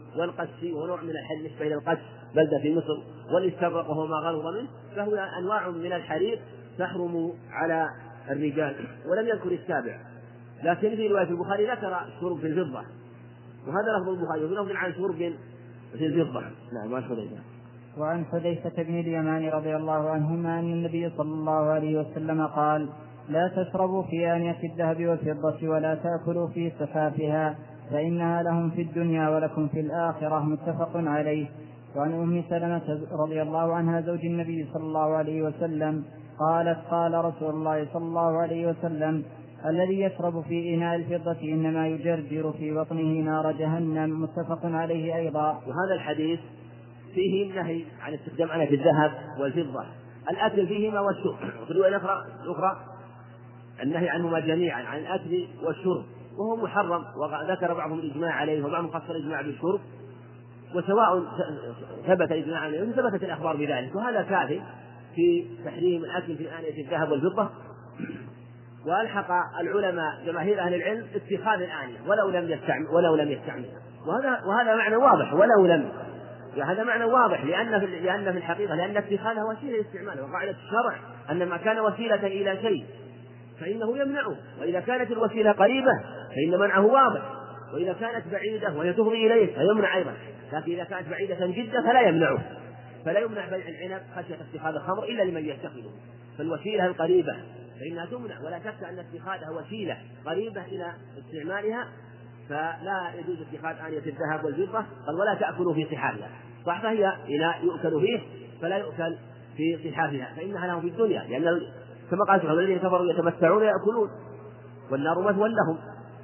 والقس وهو نوع من الحرير نسبة إلى القس بلدة في مصر، والاستبرق وهو ما غلظ منه، فهو أنواع من الحرير تحرم على الرجال. ولم يذكر السابع، لكن في رواية البخاري ذكر الشرب في الفضة، وهذا لفظ البخاري وفي لفظ عن شرب في الفضة. نعم. وعن حذيفة وعن حذيفة بن اليمان رضي الله عنهما أن النبي صلى الله عليه وسلم قال: لا تشربوا في آنية الذهب والفضة ولا تأكلوا في صحافها فإنها لهم في الدنيا ولكم في الآخرة. متفق عليه. وعن أم سلمة رضي الله عنها زوج النبي صلى الله عليه وسلم قالت: قال رسول الله صلى الله عليه وسلم: الذي يشرب في إناء الفضة إنما يجرجر في بطنه نار جهنم. متفق عليه أيضا. وهذا الحديث فيه النهي عن استخدام آنية الذهب والفضة، الأكل فيهما والشرب. وفي الرواية الأخرى النهي عنهما جميعا عن الأكل والشرب، وهو محرم، وذكر بعضهم الإجماع عليه وبعضهم خص الإجماع بالشرب، وسواء ثبت الإجماع عليه ثبتت الأخبار بذلك، وهذا كافي في تحريم الأكل في آنية الذهب والفضة. وألحق العلماء جماهير أهل العلم اتخاذ الآنية ولو لم يستعمل ولو لم يستعملها، وهذا وهذا معنى واضح، ولو لم هذا معنى واضح، لأن في لأن في الحقيقة لأن اتخاذها وسيلة لاستعماله، وقاعدة الشرع أن ما كان وسيلة إلى شيء فإنه يمنعه، وإذا كانت الوسيلة قريبة فإن منعه واضح، وإذا كانت بعيدة وهي تفضي إليه فيمنع أيضا، لكن إذا كانت بعيدة جدا فلا يمنعه، فلا يمنع بيع العنب خشية اتخاذ الخمر إلا لمن يتخذه. فالوسيلة القريبة فإنها تمنع، ولا شك أن اتخاذها وسيلة قريبة إلى استعمالها فلا يجوز اتخاذ آنية الذهب والفضة. قال: ولا تأكلوا في صحافها، صح، فهي إناء يؤكل فيه فلا يؤكل في صحافها فإنها لهم في الدنيا، لأن كما قال سبحانه: الذين كفروا يتمتعون يأكلون والنار مثوى لهم.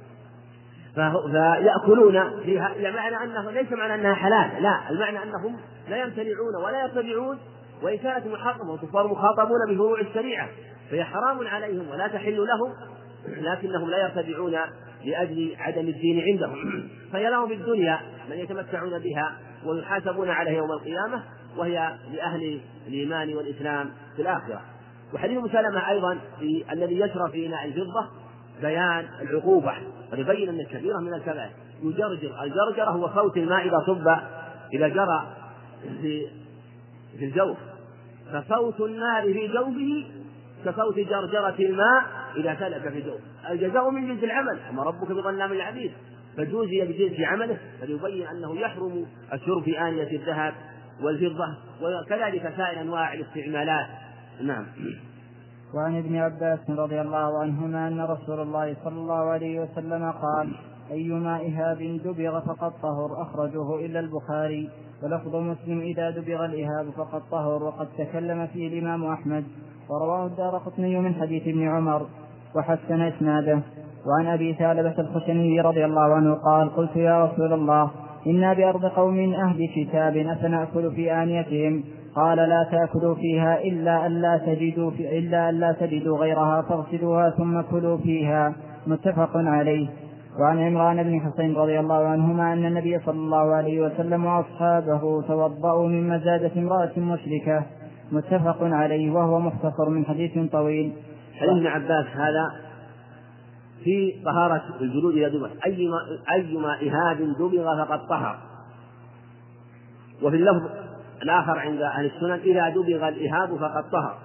فيأكلون فيها، معنى أنه ليس معنى أنها حلال، لا، المعنى أنهم لا يمتنعون ولا يتبعون، وإن كانت محرمة والكفار مخاطبون بفروع الشريعة فهي حرام عليهم ولا تحل لهم، لكنهم لا يرتدعون لأجل عدم الدين عندهم، فهي لهم في الدنيا من يتمتعون بها ويحاسبون عليها يوم القيامة، وهي لأهل الإيمان والإسلام في الآخرة. وحديث مسلمة أيضا في الذي يشرب في إناء الفضة بيان العقوبة، ويبين أن كثيرا من الكبائر يجرجر. الجرجرة هو صوت الماء إذا صب إذا جرى في في الجوف، فصوت النار في جوفه كصوت جرجرة الماء إذا سلك في الجوف. الجزاء من جنس العمل، وما ربك بظلام للعبيد، فجوزي بجنس عمله، فليبين أنه يحرم الشرب في آنية الذهب والفضة، وكذلك سائر أنواع الاستعمالات. نعم. وعن ابن عباس رضي الله عنهما أن رسول الله صلى الله عليه وسلم قال: أيما إهاب دبغ فقد طهر. أخرجه إلا البخاري. ولفظ مسلم: إذا دبغ الإهاب فقد طهر. وقد تكلم فيه الإمام أحمد، ورواه الدارقطني من حديث ابن عمر وحسن إسناده. وعن أبي ثعلبة الخشني رضي الله عنه قال: قلت يا رسول الله، إنا بأرض قوم أهل كتاب أفنأكل في آنيتهم؟ قال: لا تأكلوا فيها إلا أن لا تجدوا في إلا أن لا تجدوا غيرها فاغسلوها ثم كلوا فيها. متفق عليه. وعن عمران بن حسين رضي الله عنهما أن النبي صلى الله عليه وسلم وأصحابه توضأوا من مزادة امرأة مشركة. متفق عليه، وهو مختصر من حديث طويل. حديث ابن عباس هذا في طهارة الجلود إذا دبغ، أيما أيما إهاب دبغ فقد طهر. وفي اللفظ الآخر عند أهل السنن: إذا دبغ الإهاب فقد طهر.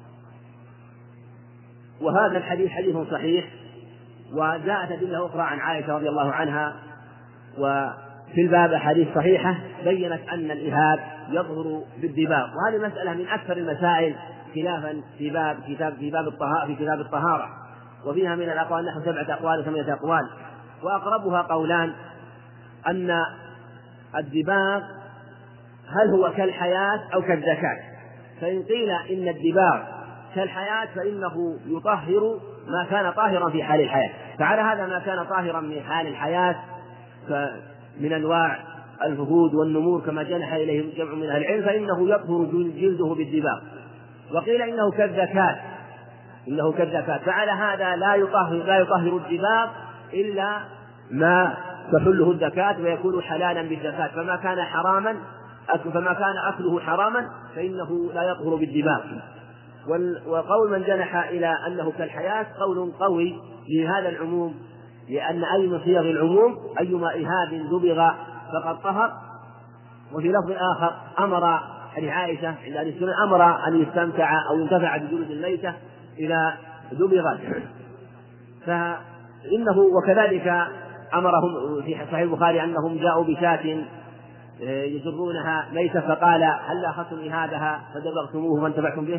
وهذا الحديث حديث صحيح، وجاءت أدلة أخرى عن عائشة رضي الله عنها، وفي الباب أحاديث صحيحة بينت أن الإهاب يظهر بالدباغ، وهذه مسألة من أكثر المسائل خلافا في باب كتاب في باب الطهارة في كتاب الطهارة، وفيها من الأقوال نحو سبعة أقوال وثمانية أقوال، وأقربها قولان: أن الدباغ هل هو كالحياة أو كالزكاة؟ فإن قيل إن الدباغ كالحياة فإنه يطهر ما كان طاهرا في حال الحياة، فعلى هذا ما كان طاهرا من حال الحياة من أنواع الفهود والنمور كما جنح إليه جمع من أهل العلم فإنه يطهر جلده بالدباغ. وقيل إنه كالزكاة إنه كالزكاة فعلى هذا لا يطهر لا يطهر الدباغ إلا ما تحله الزكاة ويكون حلالا بالزكاة، فما كان حراما فما كان أكله حراما فإنه لا يطهر بالدباغ. وقول من جنح إلى أنه كالحياة قول قوي لهذا العموم، لأن أي من صيغ العموم أيما إهاب دبغ فقد طهر. وفي لفظ آخر أمر حديث عائشة عند أهل السنة أمر أن يستمتع أو ينتفع بجلود الميتة إذا دبغت. فإنه وكذلك أمرهم في صحيح البخاري أنهم جاءوا بشاة يجرونها ميتة فقال هل أخذتم إهابها فدبغتموه وانتفعتم به،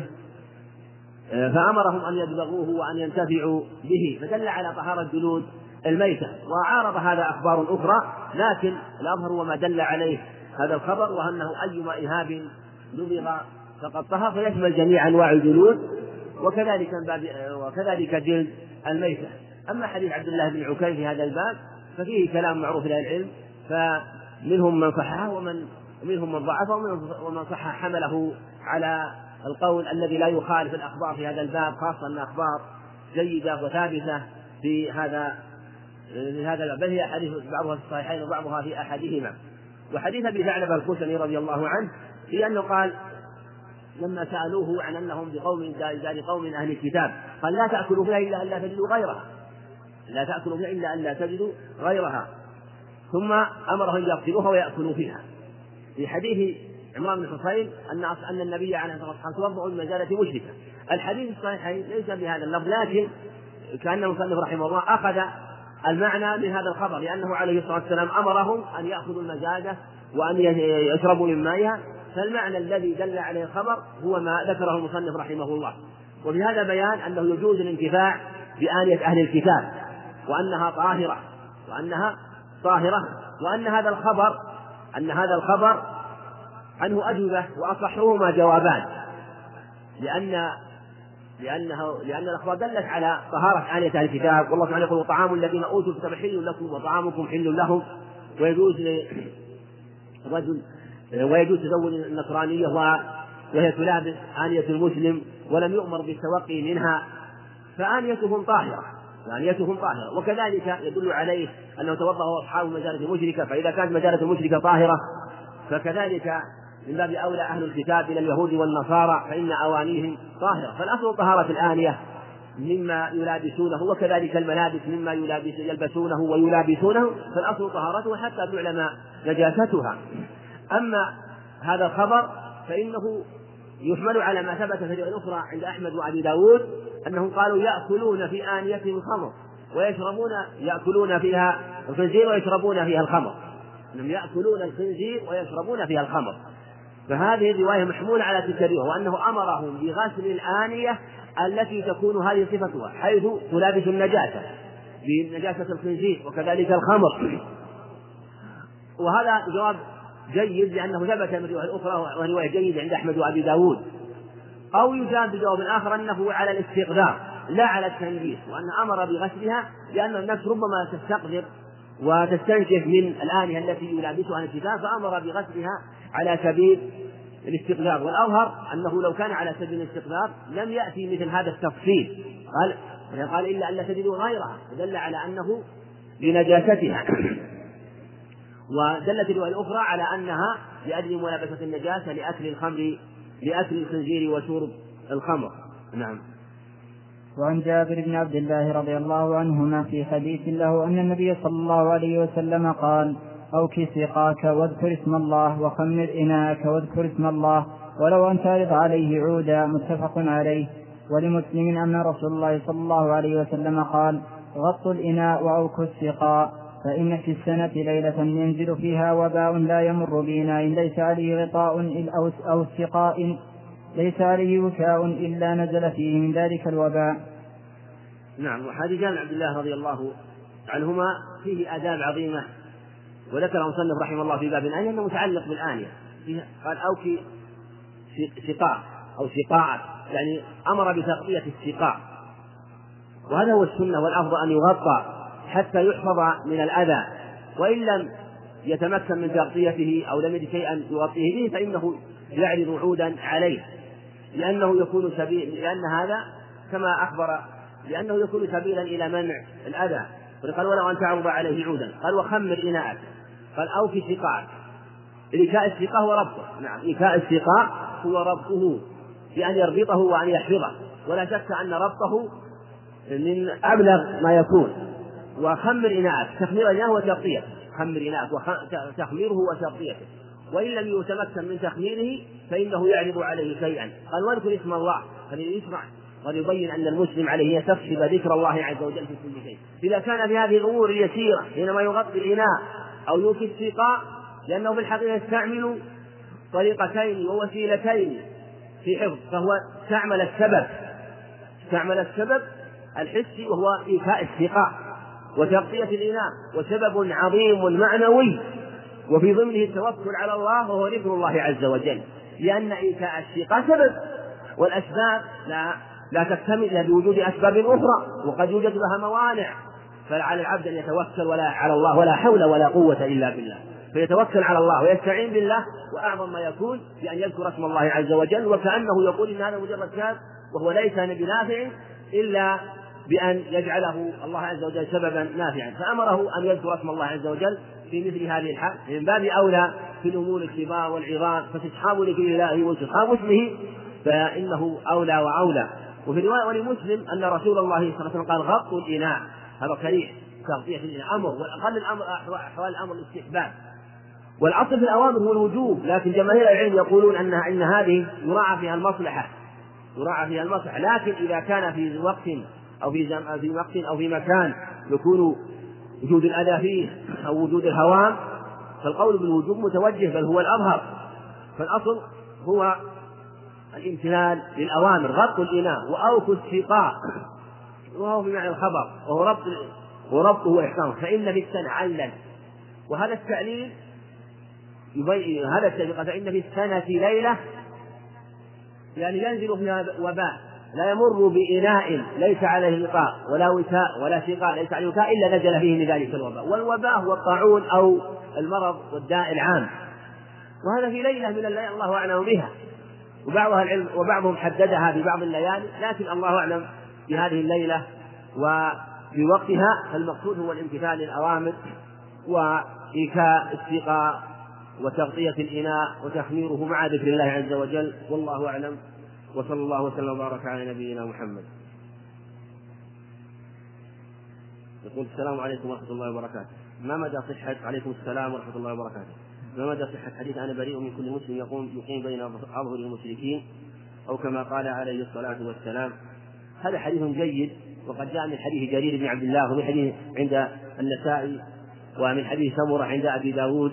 فأمرهم أن يدبغوه وأن ينتفعوا به، فدل على طهارة جلود الميتة. وعارض هذا أخبار أخرى، لكن الأظهر وما دل عليه هذا الخبر، وأنه أيما إهاب دبغ فقد طهر، فيشمل جميع أنواع الجلود وكذلك وكذلك جلد الميتة. أما حديث عبد الله بن عكيم في هذا الباب ففيه كلام معروف إلى العلم، فمنهم من صححه ومن منهم من ضعفه ومن صحح حمله على القول الذي لا يخالف الأخبار في هذا الباب، خاصة أن أخبار جيدة وثابتة في هذا في هذا الباب، بل هي حديث بعضها في الصحيحين وبعضها في أحدهما. وحديث أبي ثعلبة الخشني رضي الله عنه في أنه قال لما سألوه عن أنهم بقوم دار قوم أهل الكتاب قال لا تأكلوا فيها إلا أن لا تجدوا غيرها، لا تأكلوا فيها إلا أن لا تجدوا غيرها، ثم أمرهم يغسلوها ويأكلوا فيها. في حديث عمران بن حصين أن أن النبي عليه الصلاة والسلام توضأ من مجالة مشركة. الحديث الصحيحين ليس بهذا اللفظ، لكن كأن المصنف رحمه الله أخذ المعنى من هذا الخبر، لأنه عليه الصلاة والسلام أمرهم أن يأخذوا المجادة وأن يشربوا من مائها، فالمعنى الذي دل عليه الخبر هو ما ذكره المصنف رحمه الله. وفي هذا بيان أنه يجوز الانتفاع بآنية أهل الكتاب وأنها طاهرة وأنها طاهرة وأن هذا الخبر أن هذا الخبر عنه أجوبة وأصحهما جوابان، لأن لأنه لأن الأخبار دلت على طهارة آنية أهل الكتاب، والله تعالى يقول طعام الذين أوتوا الكتاب حل لكم وطعامكم حل لهم، ويجوز لرجل ويجوز تزوج النصرانية وهي تلابس آنية المسلم ولم يؤمر بالتوقي منها، فآنيتهم طاهرة وآنيتهم طاهرة. وكذلك يدل عليه أنه توضأ أصحاب مجالة المشركة، فإذا كانت مجالة المشركة طاهرة فكذلك من باب أولى أهل الكتاب إلى اليهود والنصارى فإن أوانيهم طاهرة. فالأصل طهارة الآنية مما يلابسونه، وكذلك الملابس مما يلابس يلبسونه ويلابسونه، فالأصل طهارته حتى تعلم نجاستها. أما هذا الخبر فإنه يحمل على ما ثبت في الرواية الأخرى عند أحمد وأبي داود أنهم قالوا يأكلون في آنيتهم الخمر ويشربون يأكلون فيها الخنزير ويشربون فيها الخمر، أنهم يأكلون الخنزير ويشربون فيها الخمر. فهذه الرواية محمولة على تلك الرواية، وأنه أمرهم بغسل الآنية التي تكون هذه صفتها حيث تلابس النجاسة بنجاسة الخنزير وكذلك الخمر. وهذا جواب جيد لأنه ثبت من الرواية الأخرى وهي رواية جيدة عند أحمد وأبي داود. أو يجاب بجواب آخر أنه على الاستقذار لا على التنجيس، وأن أمر بغسلها لأن النفس ربما تستقذر وتستنشف من الآنية التي يلابسها الكتاب، فأمر بغسلها على سبيل الاستقذار. والأظهر أنه لو كان على سبيل الاستقذار لم يأتي مثل هذا التفصيل، قال قال إلا أن لا تجدوا غيرها، ودل على أنه لنجاستها. ودلت الرواية الأخرى على أنها لأجل ملابسة النجاسة لأكل الخمر لأكل الخنزير وشرب الخمر. نعم. وعن جابر بن عبد الله رضي الله عنهما في حديث له أن النبي صلى الله عليه وسلم قال: أوكي سقاك واذكر اسم الله، وخمر إناءك واذكر اسم الله، ولو أن تعرض عليه عودا. متفق عليه. ولمسلم أن رسول الله صلى الله عليه وسلم قال: غطوا الإناء وأوكوا السقاء، فإن في السنة ليلة ينزل فيها وباء لا يمر بإناء ليس عليه غطاء أو سقاء ليس عليه وكاء إلا نزل فيه من ذلك الوباء. نعم. وحديث جابر بن عبد الله رضي الله عنهما فيه آداب عظيمة، وذكر المصنف رحمه الله في باب الآنية أنه متعلق بالآنية، قال أوكي سقاء أو سقاء، يعني أمر بتغطية السقاء، وهذا هو السنة والأفضل أن يغطى حتى يحفظ من الأذى، وإن لم يتمكن من تغطيته أو لم يجد شيئا يغطيه به فإنه يعرض عودا عليه، لأنه يكون سبيل لأن هذا كما أخبر لأنه يكون سبيلا إلى منع الأذى. قال: ولو أن تعرض عليه عودا. قال: وخمر إناءك. قال: أو في سقاء. إيكاء السقاء هو ربطه. نعم، إيكاء السقاء هو ربطه، بأن يربطه وأن يحفظه، ولا شك أن ربطه من أبلغ ما يكون. وخمر إناءك، تخمير الإناء وتغطية. خمر إناءك وتخميره وتغطيته، وإن لم يتمكن من تخميره فإنه يعرض عليه شيئا. قال واذكر اسم الله، فليشرع وليبين أن المسلم عليه يستحسب ذكر الله عز وجل في كل شيء. إذا كان في هذه الأمور اليسيرة حينما يغطي الإناء أو يوكي السقاء، لأنه في الحقيقة يستعمل طريقتين ووسيلتين في حفظ، فهو استعمل السبب استعمل السبب الحسي وهو إيفاء السقاء وتغطية الإناء، وسبب عظيم معنوي وفي ضمنه التوكل على الله وهو ذكر الله عز وجل، لأن إيفاء السقاء سبب، والأسباب لا لا تكتمل بوجود أسباب أخرى وقد يوجد لها موانع، فعلى العبد أن يتوكل ولا على الله ولا حول ولا قوة إلا بالله، فيتوكل على الله ويستعين بالله، وأعظم ما يكون بأن يذكر اسم الله عز وجل، وكأنه يقول إن هذا مجرد كاذب وهو ليس بنافع إلا بأن يجعله الله عز وجل سببا نافعا، فأمره أن يذكر اسم الله عز وجل في مثل هذه الحال، من باب أولى في الأمور الكبار والعظام، فاستصحاب ذكر الله واستصحاب اسمه فإنه أولى وأولى. وفي رواية ولمسلم أن رسول الله صلى الله عليه وسلم قال غطوا الإناء، هذا صريح تغطية الإناء أمر، والأقل الأمر أحوال الأمر الاستحباب، والأصل في الأوامر هو الوجوب، لكن جماهير العلم يقولون أن إن هذه يراعى فيها المصلحة يراعى فيها المصلحة لكن إذا كان في وقت أو في زم... في وقت أو في مكان يكون وجود الأذى فيه أو وجود الهوام، فالقول بالوجوب متوجه بل هو الأظهر، فالأصل هو الامتثال للأوامر، غطوا الإناء وأوكوا السقاء، وهو في معنى الخبر، وهو ربط وربطه وإحكامه، فإن في السنة علل، وهذا التعليل يبين هذا التعليل فإن في السنة ليلة، يعني ينزل فيها وباء لا يمر بإناء ليس عليه وقاء ولا وكاء ولا سقاء ليس عليه وكاء إلا نزل فيه من ذلك الوباء، والوباء هو الطاعون أو المرض والداء العام، وهذا في ليلة من الليالي الله أعلم بها، وبعضها العلم وبعضهم حددها في بعض الليالي، لكن الله أعلم بهذه الليلة وفي وقتها، فالمقصود هو الامتثال للأوامر وإيكاء السقاء وتغطية الإناء وتخميره مع ذكر الله عز وجل، والله أعلم، وصلى الله وسلم وبارك على نبينا محمد. يقول السلام عليكم ورحمة الله وبركاته، ما مدى صحة عليكم السلام ورحمة الله وبركاته ما مدى صحة حديث أنا بريء من كل مسلم يقوم يقيم بين أظهر المشركين، أو كما قال عليه الصلاة والسلام؟ هذا حديث جيد، وقد جاء من حديث جرير بن عبد الله، ومن حديث عند النسائي، ومن حديث سمرة عند أبي داود،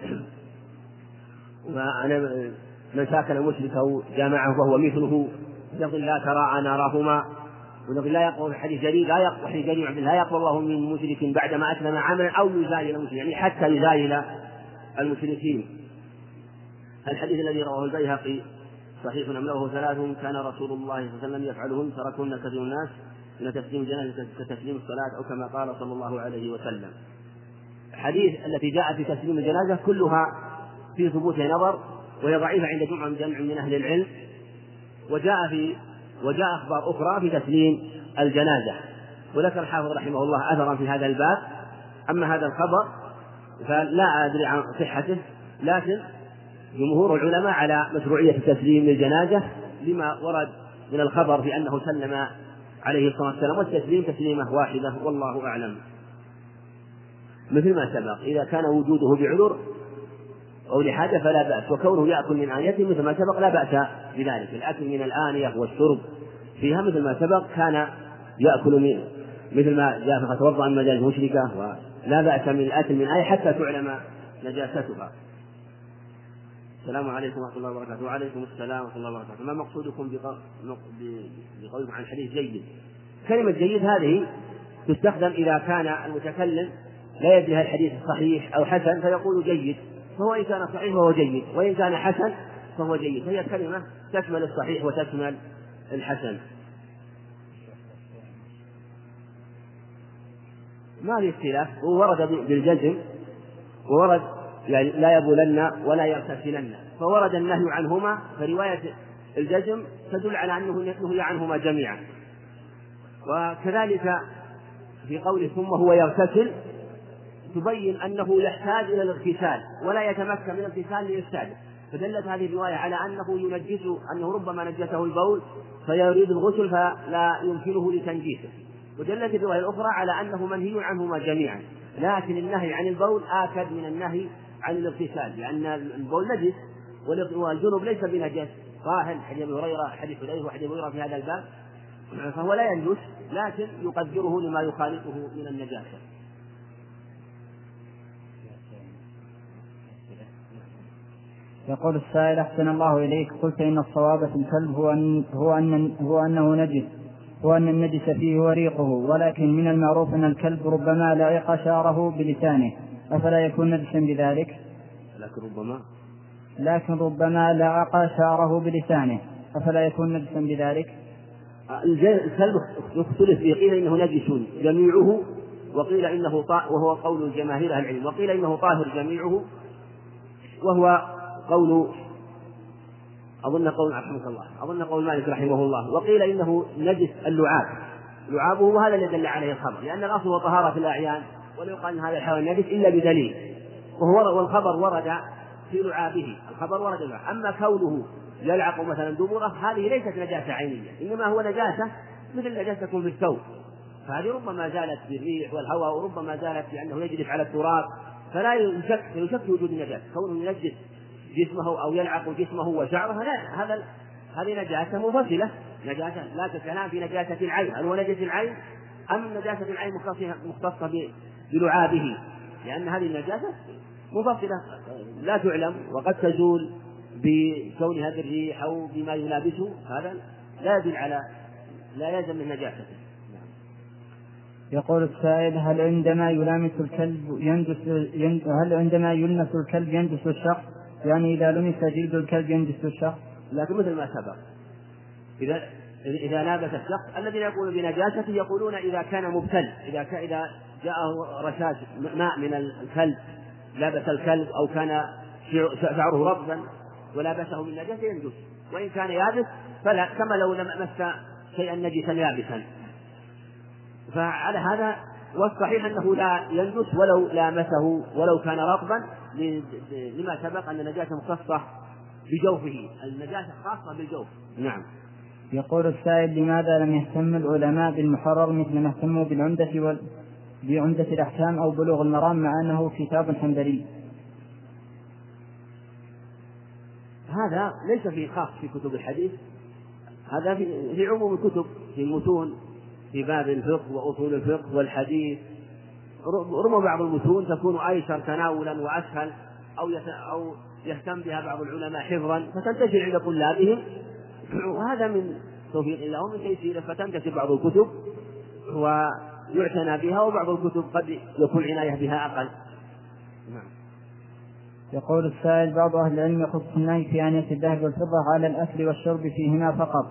وأنا من ساكن مشركه جامعه وهو مثله يقول لا ترى نارهما، ويقول لا يقبل حديث جرير لا يقبل حديث جرير لا يقبل الله من مشرك بعدما أسلم عملا أو يزايل المشرك، يعني حتى يزايل المشركين. الحديث الذي رواه البيهقي صحيح أم له ثلاث كان رسول الله صلى الله عليه وسلم يفعلهن تركهن كثير الناس من تسليم الجنازة كتسليم الصلاة، أو كما قال صلى الله عليه وسلم. الحديث التي جاء في تسليم الجنازة كلها في ثبوتها نظر، وهي ضعيفة عند جمع جمع من أهل العلم، وجاء في وجاء أخبار أخرى في تسليم الجنازة، وذكر الحافظ رحمه الله أثرا في هذا الباب. أما هذا الخبر فلا أدري عن صحته، لكن جمهور العلماء على مشروعية تسليم الجنازة لما ورد من الخبر في أنه سلم عليه الصلاة والسلام، والتسليم تسليمة واحدة والله أعلم. مثل ما سبق إذا كان وجوده بعذر أو لحاجة فلا بأس، وكونه يأكل من آنيته مثل ما سبق لا بأس بذلك، الأكل من الآنية والشرب فيها مثل ما سبق كان يأكل من مثل ما جاء فتوضأ من مجالس مشركة، ولا بأس من الأكل من آية حتى تعلم نجاستها. السلام عليكم ورحمة الله وبركاته. وعليكم السلام ورحمة الله وبركاته. ما مقصودكم بقولكم عن حديث جيد؟ كلمة جيد هذه تستخدم إذا كان المتكلم لا يدري هل الحديث صحيح أو حسن فيقول جيد، فهو إن كان صحيح فهو جيد، وإن كان حسن فهو جيد، فهي كلمة تشمل الصحيح وتشمل الحسن. ما في اختلاف، وورد بالجزم وورد يعني لا يبولن ولا يغتسلن، فورد النهي عنهما، فرواية الجزم تدل على أنه نهي عنهما جميعا. وكذلك في قوله ثم هو يغتسل تبين أنه يحتاج إلى الاغتسال ولا يتمكن من الاغتسال ليغتسل، فدلت هذه الرواية على أنه ينجس، أنه ربما نجسه البول فيريد الغسل فلا يمكنه لتنجيسه، ودلت الرواية الأخرى على أنه منهي عنهما جميعا. لكن النهي عن البول آكد من النهي عن الاغتسال، لأن البول نجس والجنب ليس بنجس طاهر، حديث أبي هريرة حديث حذيفة وحديث أبي هريرة في هذا الباب، فهو لا ينجس لكن يقدره لما يخالطه من النجاسة. يقول السائل: أحسن الله إليك، قلت إن الصواب في الكلب هو أن هو أن هو أنه نجس، هو أن النجس فيه هو ريقه، ولكن من المعروف أن الكلب ربما لعق شعره بلسانه، أفلا يكون نجسا بذلك؟ لكن ربما لكن ربما لعق شعره بلسانه، أفلا يكون نجسا بذلك؟ الكلب يختلف فيه، قيل إنه نجس جميعه، وقيل إنه طاهر، وهو قول جماهير أهل العلم، وقيل إنه طاهر جميعه، وهو قول أظن قول رحمه الله أظن قول مالك رحمه الله. وقيل إنه نجس اللعاب، لعابه وهذا الذي دل عليه الخبر، لأن الأصل هو طهارة الأعيان، ولا يقال أن هذا الحيوان نجس إلا بدليل، وهو والخبر ورد في لعابه، الخبر ورد له. أما كونه يلعق مثلا دبره هذه ليست نجاسة عينية، إنما هو نجاسة مثل نجاسة تكون في الثوب، فهذه ربما زالت بالريح والهواء، وربما زالت لأنه يجلس على التراب، فلا يشك يشك وجود النجاسة. كونه ينجس جسمه أو يلعق جسمه وشعره لا، هذا هذه نجاسة منفصلة، نجاسة لا تتكلم في نجاسة العين، هل هو نجس العين أم نجاسة العين مختصة بلعابه، لأن هذه النجاسة منفصلة لا تعلم، وقد تزول بكونها بالريح أو بما يلابسه، هذا لا يدل على لا يلزم من نجاسته. يقول السائل: هل عندما يلامس الكلب يندس يند... هل عندما يلمس الكلب يندس الشخص؟ يعني إذا لمس جلد الكلب يندس الشخص؟ لكن مثل ما سبق، إذا إذا لابس الشخص الذين يقولون بنجاسته يقولون إذا كان مبتل، إذا كان إذا جاءه رشاش ماء من الكلب لابس الكلب، أو كان شعره رطبا ولابسه من نجاسة يندس، وإن كان يابس فلا، كما لو مس شيئا نجسا يابسا. فعلى هذا والصحيح أنه لا يندس ولو لامسه ولو كان رطبا، لما سبق أن النجاسة مختصة بجوفه، النجاسة خاصة بالجوف. نعم. يقول السائل: لماذا لم يهتم العلماء بالمحرر مثل ما اهتموا بالعمدة وال... بعمدة الأحكام أو بلوغ المرام، مع أنه كتاب حنبلي؟ هذا ليس في خاص في كتب الحديث، هذا في, في عموم الكتب، في المتون، في باب الفقه وأصول الفقه والحديث، ربما بعض المتون تكون أيسر تناولا وأسهل، أو أو يهتم بها بعض العلماء حفظا فتنتشر عند طلابهم، وهذا من توفيق الله ومن تيسيره، فتنتشر بعض الكتب ويعتنى بها، وبعض الكتب قد يكون عناية بها أقل. نعم. يقول السائل: بعض أهل العلم يخص النهي في آنية الذهب والفضة على الأكل والشرب فيهما فقط،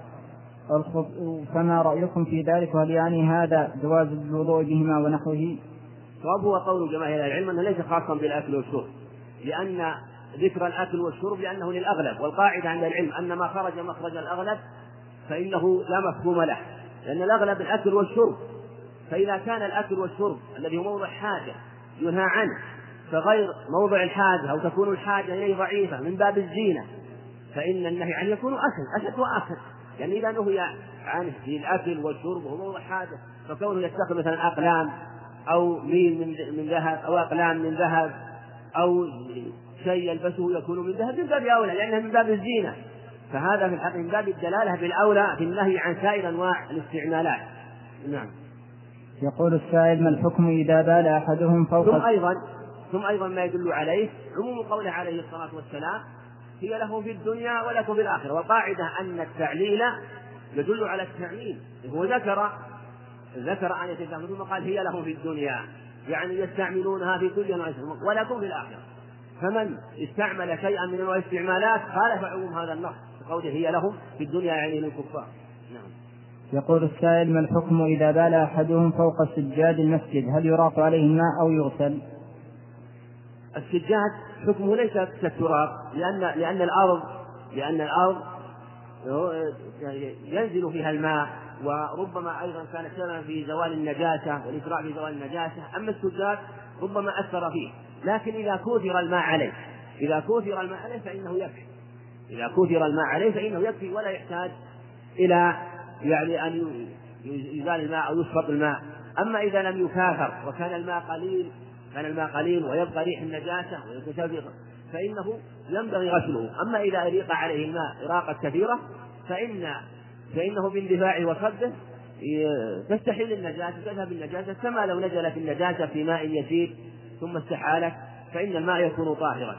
فما رأيكم في ذلك؟ وهل يعني هذا جواز الوضوء بهما ونحوه؟ وهو قول جماهير العلم أنه ليس خاصا بالأكل والشرب، لأن ذكر الأكل والشرب لأنه للأغلب، والقاعدة عند العلم أن ما خرج مخرج الأغلب فإنه لا مفهوم له، لأن الأغلب الأكل والشرب، فإذا كان الأكل والشرب الذي هو موضع حاجة ينهى عنه، فغير موضع الحاجة أو تكون الحاجة إليه ضعيفة من باب الزينة، فإن النهي عنه يكون أشد أشد وأكد، يعني إذا نهي عنه في الأكل والشرب وهو موضع حاجة، فكونه يتخذ مثلا أقلام أو ميل من ذهب أو أقلام من ذهب أو شيء يلبسه يكون من ذهب من باب أولى، لأنه من باب الزينة، فهذا في الحق من باب الدلالة بالأولى في النهي عن سائر أنواع الاستعمالات. نعم. يقول السائل: ما الحكم إذا بال أحدهم فوق؟ ثم أيضا ثم أيضا ما يدل عليه عموم قوله عليه الصلاة والسلام: هي له في الدنيا ولكم في الآخرة، والقاعدة أن التعليل يدل على التعميم، هو ذكر ذكر آية الذهب ثم قال هي لهم في الدنيا، يعني يستعملونها في كل نوع ولكم في الآخرة، فمن استعمل شيئا من انواع الاستعمالات خالف عموم هذا النص بقوله هي لهم في الدنيا يعني للكفار. نعم. يقول السائل: ما الحكم إذا بال أحدهم فوق سجاد المسجد، هل يراق عليه الماء أو يغسل؟ السجاد حكمه ليس كالتراب، لأن لأن الأرض لأن الأرض ينزل فيها الماء، وربما أيضا كان سببا في زوال النجاسة والإسراع في زوال النجاسة. أما السجاد ربما أثر فيه، لكن إذا كثر الماء عليه إذا كثر الماء عليه فإنه يكفي إذا كثر الماء عليه فإنه يكفي ولا يحتاج إلى يعني أن يزال الماء أو يسقط الماء. أما إذا لم يكاثر وكان الماء قليل كان الماء قليل ويبقى ريح النجاسة ويتشابه فإنه ينبغي غسله. أما إذا أريق عليه الماء إراقة كثيرة فإن فإنه باندفاعه وصده تستحيل النجاسة تذهب النجاسة، كما لو نزلت النجاسة في ماء يسير ثم استحالت فإن الماء يكون طاهرا.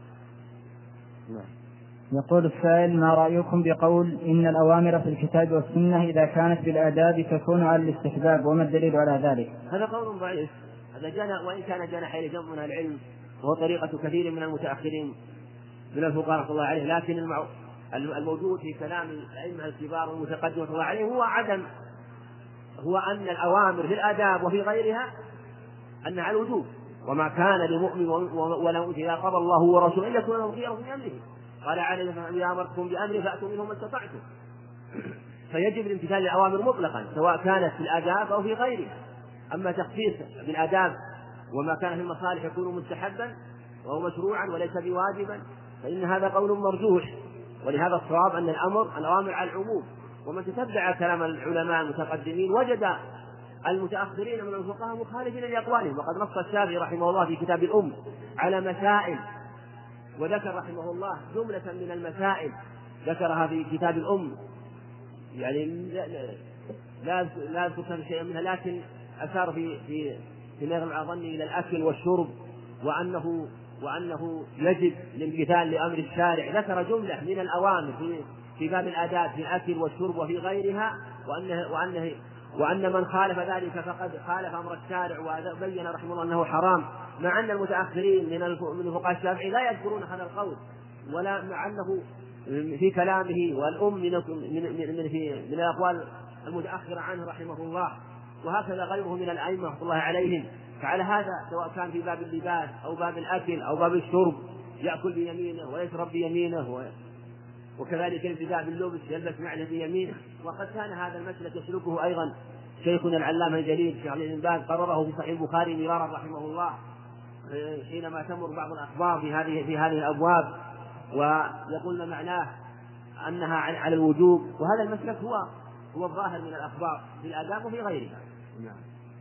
يقول السائل: ما رأيكم بقول إن الأوامر في الكتاب والسنة إذا كانت بالآداب تكون على الاستحباب، وما الدليل على ذلك؟ هذا قول ضعيف، هذا جنى وإن كان جنح إلى جمع من العلم وهو طريقة كثير من المتأخرين من الفقهاء رحمه الله عليه، لكن الموجود في كلام الأئمة الكبار والمتقدمين رحمه الله عليه هو عدم هو أن الأوامر في الآداب وفي غيرها أنها على الوجوب، وما كان لمؤمن ولو إذا قضى الله ورسوله أن يكون له خيرة من أمره، قال عليه إذا أمرتكم بأمر فأتوا منه ما استطعتم. فيجب الامتثال للأوامر مطلقا سواء كانت في الآداب أو في غيرها. أما تخصيص بالآداب وما كان في المصالح يكون مستحبا وهو مشروعا وليس بواجبا فإن هذا قول مرجوح، ولهذا الصواب أن الأمر الأوامر على العموم. ومن تتبع كلام العلماء المتقدمين وجد المتأخرين من الفقهاء مخالفين لأقوالهم، وقد نص الشافعي رحمه الله في كتاب الأم على مسائل وذكر رحمه الله جملة من المسائل ذكرها في كتاب الأم، يعني لا لا أذكر شيئا منها، لكن أشار في في في نظر الأظن إلى الأكل والشرب وأنه وأنه يجب الامتثال لأمر الشارع، ذكر جملة من الأوامر في في باب الآداب في الأكل والشرب وفي غيرها، وأنه وأنه وأن من خالف ذلك فقد خالف أمر الشارع وبين رحمه الله أنه حرام، مع أن المتأخرين من فقهاء الشافعي لا يذكرون هذا القول، ولا مع أنه في كلامه والأم من من من في من الأقوال المتأخرة عنه رحمه الله، وهكذا غيره من الأئمة رحمه الله عليهم. فعلى هذا سواء كان في باب اللباس أو باب الأكل أو باب الشرب يأكل بيمينه ويشرب بيمينه، وكذلك الابتداء باللبس يلبس معله بيمينه. وقد كان هذا المسلك يسلكه أيضا شيخنا العلامة الجليل الشيخ علي بن باز، قرره في صحيح البخاري مرارا رحمه الله حينما تمر بعض الأخبار في هذه في هذه الأبواب ويقولن معناه أنها على الوجوب، وهذا المسلك هو هو الظاهر من الأخبار في الآداب وفي غيرها. نعم.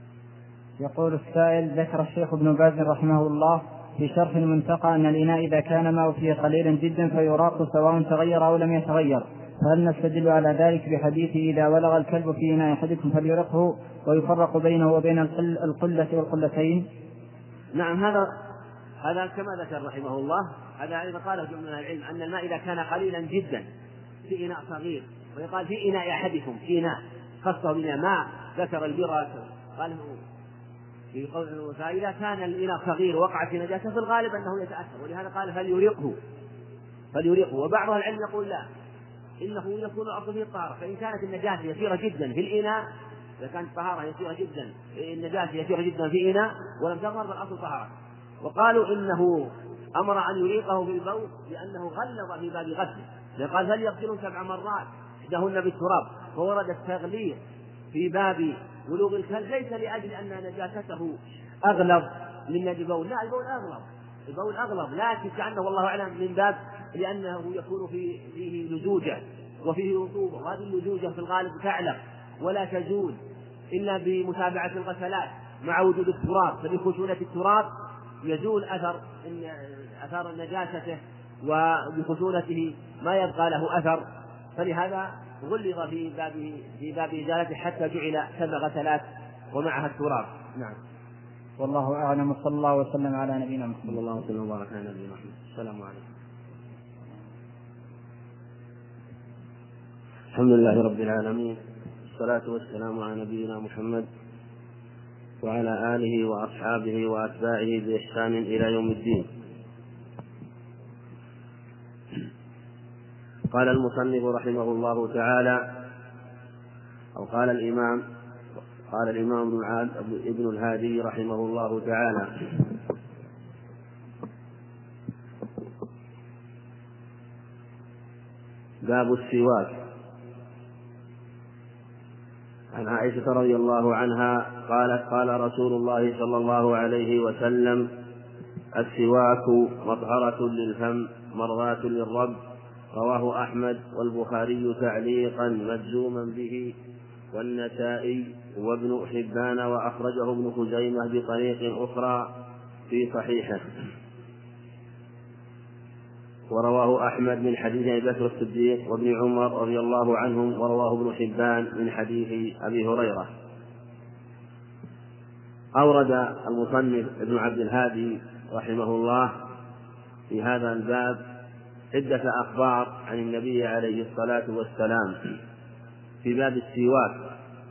يقول السائل: ذكر الشيخ ابن باز رحمه الله في شرح المنتقى أن الإناء إذا كان ماء فيه قليلا جدا فيراق سواء تغير أو لم يتغير، فهل نستدل على ذلك بحديث إذا ولغ الكلب في إناء أحدكم فليرقه ويفرق بينه وبين القلة والقلتين؟ نعم، هذا هذا كما ذكر رحمه الله، هذا أيضا قاله جمع من العلم أن الماء إذا كان قليلا جدا في إناء صغير، ويقال في إناء أحدكم في إناء خاصة من ماء، ذكر البرة قال في قوله فإذا كان الإناء صغير وقع في نجاسة في الغالب أنه يتأثر، ولهذا قال فليرقه فليرقه وبعض العلم يقول لا، إنه يكون الأصل فيه الطهارة، فإن كانت النجاسة يسيرة جدا في الإناء، إذا كانت الطهارة يسيرة جدا النجاسة يسيرة جدا في إناء ولم تظهر فالأصل طهارة. وقالوا إنه أمر أن يريقه في البول لأنه غلظ في باب غسله، قال فليغسلوا سبع مرات إحداهن بالتراب، فورد التغليظ في باب ولوغ الكلب ليس لأجل أن نجاسته أغلظ من البول، لا، البول أغلظ البول أغلظ لكن كأنه والله أعلم من باب لأنه يكون فيه, فيه لزوجة وفيه رطوبة، وهذه اللزوجة في الغالب تعلق ولا تزول إلا بمتابعة الغسلات مع وجود التراب، فبخشونة التراب يزول أثر أثر نجاسته وبخشونته ما يبقى له أثر، فلهذا غلظ في باب في باب إزالته حتى جعل سبع غسلات ومعها التراب. نعم. والله أعلم، وصلى الله وسلم على نبينا محمد. صلى الله وسلم وبارك على نبينا محمد. السلام عليكم. الحمد لله رب العالمين، والصلاة والسلام على نبينا محمد وعلى آله وأصحابه وأتباعه بإحسان إلى يوم الدين. قال المصنف رحمه الله تعالى، أو قال الإمام قال الإمام ابن الهادي رحمه الله تعالى: باب السواك. عن عائشة رضي الله عنها قالت: قال رسول الله صلى الله عليه وسلم: السواك مطهرة للفم مرضاة للرب. رواه أحمد والبخاري تعليقا مجزوما به، والنسائي وابن حبان، وأخرجه ابن خزيمة بطريق أخرى في صحيحه. ورواه أحمد من حديث أبي بكر الصديق وابن عمر رضي الله عنهم، ورواه ابن حبان من حديث أبي هريرة. أورد المصنف ابن عبد الهادي رحمه الله في هذا الباب عدة أخبار عن النبي عليه الصلاة والسلام في باب السواك،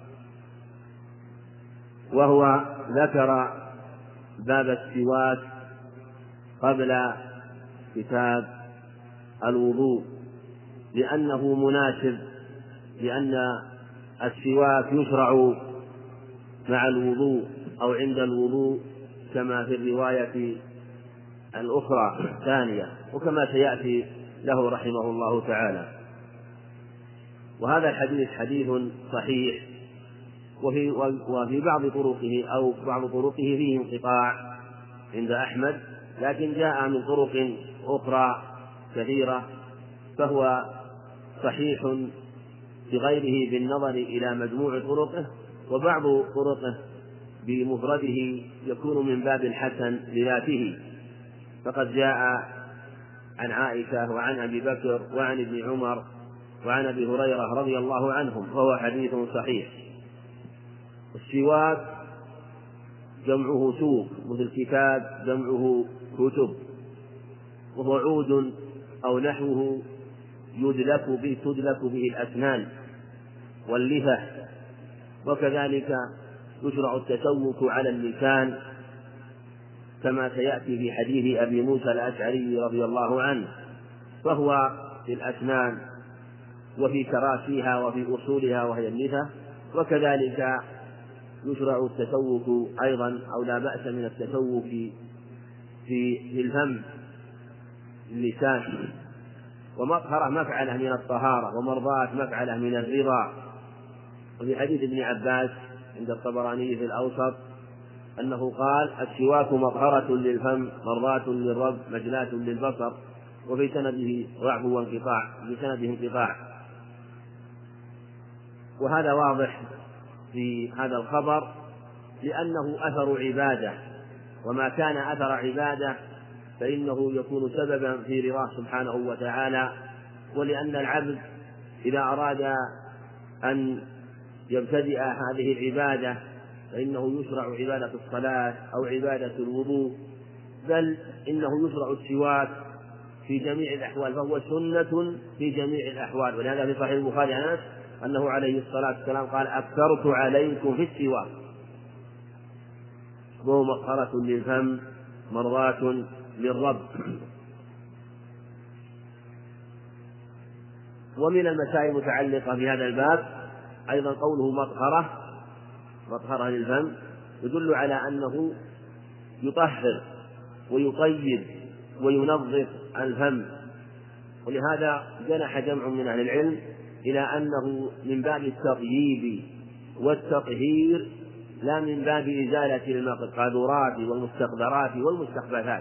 وهو ذكر باب السواك قبل كتاب الوضوء لأنه مناسب، لأن السواك يشرع مع الوضوء أو عند الوضوء كما في الرواية الأخرى الثانية، وكما سيأتي له رحمه الله تعالى. وهذا الحديث حديث صحيح، وفي, وفي بعض طرقه أو بعض طرقه فيه انقطاع عند أحمد، لكن جاء من طرق أخرى كثيرة، فهو صحيح بغيره بالنظر إلى مجموع طرقه، وبعض طرقه بمفرده يكون من باب الحسن لذاته، فقد جاء عن عائشة وعن أبي بكر وعن ابن عمر وعن أبي هريرة رضي الله عنهم، فهو حديث صحيح. السواك جمعه سوق، مثل كتاب جمعه كتب، وهو عود أو نحوه يدلك به تدلك به الأسنان واللثة، وكذلك يشرع التسوك على اللسان كما سيأتي في حديث أبي موسى الأشعري رضي الله عنه، فهو في الأسنان وفي كراسيها وفي أصولها وهي اللثة، وكذلك يشرع التسوك أيضا أو لا بأس من التسوك في الفم اللسان، ومطهرة مفعلة من الطهارة، ومرضاة مفعلة من الرضا. وفي حديث ابن عباس عند الطبراني في الأوسط أنه قال: السواك مطهرة للفم مرضاة للرب مجلاة للبصر، وفي سنده ضعف وانقطاع، في سنده انقطاع. وهذا واضح في هذا الخبر لأنه أثر عبادة، وما كان أثر عبادة فإنه يكون سببا في رضاه سبحانه وتعالى، ولأن العبد إذا أراد أن يبتدئ هذه العبادة فإنه يشرع عبادة الصلاة أو عبادة الوضوء، بل إنه يشرع السواك في جميع الأحوال، فهو سنة في جميع الأحوال. ولهذا في صحيح البخاري عنه أنه عليه الصلاة والسلام قال: أكثرت عليكم في السواك، وهو مطهرة للفم مرضاة للرب. ومن المسائل المتعلقة بهذا الباب أيضا قوله مطهرة مطهرة للفم يدل على أنه يطهر ويطيب وينظف الفم، ولهذا جنح جمع من أهل العلم إلى أنه من باب التطييب والتطهير لا من باب إزالة المقذورات والمستقذرات والمستخبثات.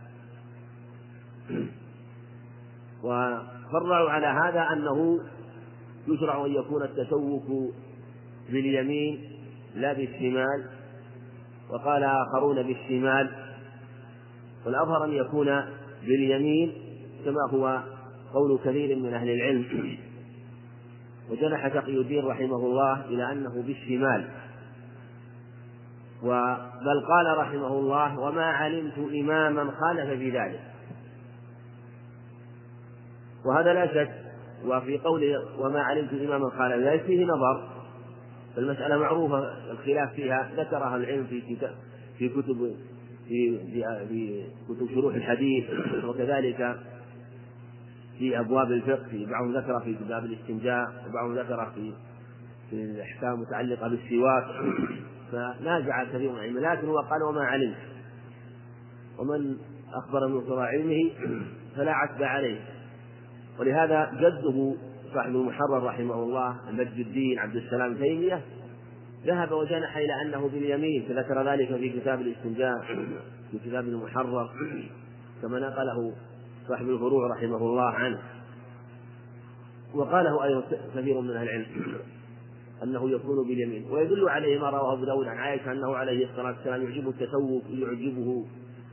وفرعوا على هذا أنه يشرع أن يكون التسوك باليمين لا بالشمال، وقال آخرون بالشمال، والأظهر أن يكون باليمين كما هو قول كثير من أهل العلم. وجنح تقي الدين رحمه الله إلى أنه بالشمال، بل قال رحمه الله: وما علمت إماما خالف في ذلك. وهذا لا شك، وفي قوله وما علمت إماما خالف في ذلك فيه نظر، فالمسألة معروفة الخلاف فيها، ذكرها العلم في كتاب في كتب في, في كتب شروح الحديث، وكذلك في أبواب الفقه، في بعضهم ذكر في باب الاستنجاء، وبعضهم ذكر في في الأحكام المتعلقة بالسواك، فنازع كثير من العلم، لكن هو قال وما علمت، ومن أخبر من قراء علمه فلا عتب عليه. ولهذا جده صاحب المحرر رحمه الله مجد الدين عبد السلام تيمية ذهب وجنح إلى أنه باليمين، فذكر ذلك في كتاب الاستنجاء في كتاب المحرر كما نقله صاحب الفروع رحمه الله عنه. وقاله أيضا كثير من أهل العلم أنه يكون باليمين، ويدل عليه ما رواه أبو داود عن عائشة أنه عليه الصلاة والسلام يعجبه التسوق يعجبه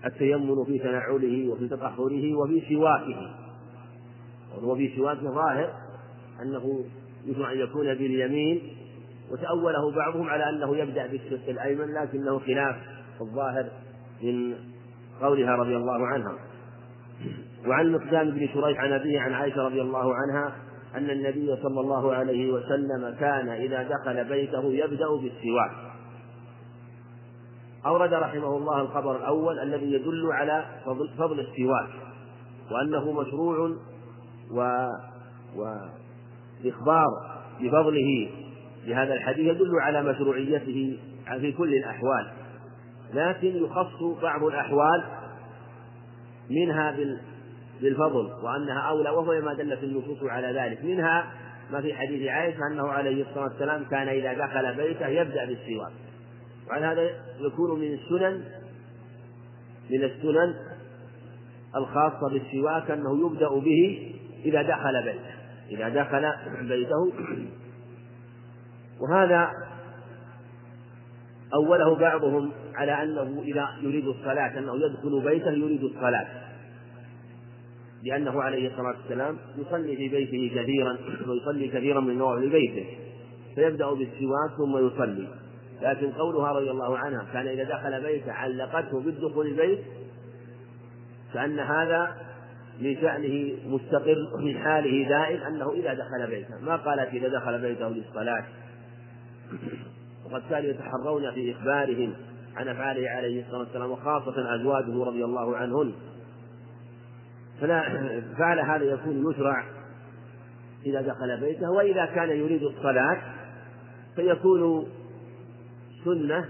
التيمن في تنعله وفي تطهره وفي سواكه، وفي سواكه ظاهر أنه يجب أن يكون باليمين، وتأوله بعضهم على أنه يبدأ بالشق الأيمن، لكنه خلاف الظاهر من قولها رضي الله عنها. وعن مقدام بن شريح عن أبيه عن عائشة رضي الله عنها أن النبي صلى الله عليه وسلم كان إذا دخل بيته يبدأ بالسواك. أورد رحمه الله الخبر الأول الذي يدل على فضل, فضل السواك، وأنه مشروع، و وإخبار بفضله بهذا الحديث يدل على مشروعيته في كل الأحوال، لكن يخص بعض الأحوال منها بالفضل وأنها أولى، وهو ما دلت النصوص على ذلك. منها ما في حديث عائشة أنه عليه الصلاة والسلام كان إذا دخل بيته يبدأ بالسواك، وعلى هذا يكون من السنن من السنن الخاصة بالسواك أنه يبدأ به إذا دخل بيته إذا دخل بيته وهذا أوله بعضهم على أنه إذا يريد الصلاة أنه يدخل بيته يريد الصلاة، لأنه عليه الصلاة والسلام يصلي في بيته كثيرا ويصلي كثيرا من نوافل بيته، فيبدأ بالسواك ثم يصلي. لكن قولها رضي الله عنها كان إذا دخل بيته علقته بالدخول البيت، فأن هذا من شأنه مستقر من حاله دائم أنه إذا دخل بيته، ما قالت إذا دخل بيته للصلاة. وقد كانوا يتحرون في إخبارهم عن أفعاله عليه الصلاة والسلام، وخاصة أزواجه رضي الله عنهن، فعل هذا يكون يشرع إذا دخل بيته. وإذا كان يريد الصلاة فيكون سنة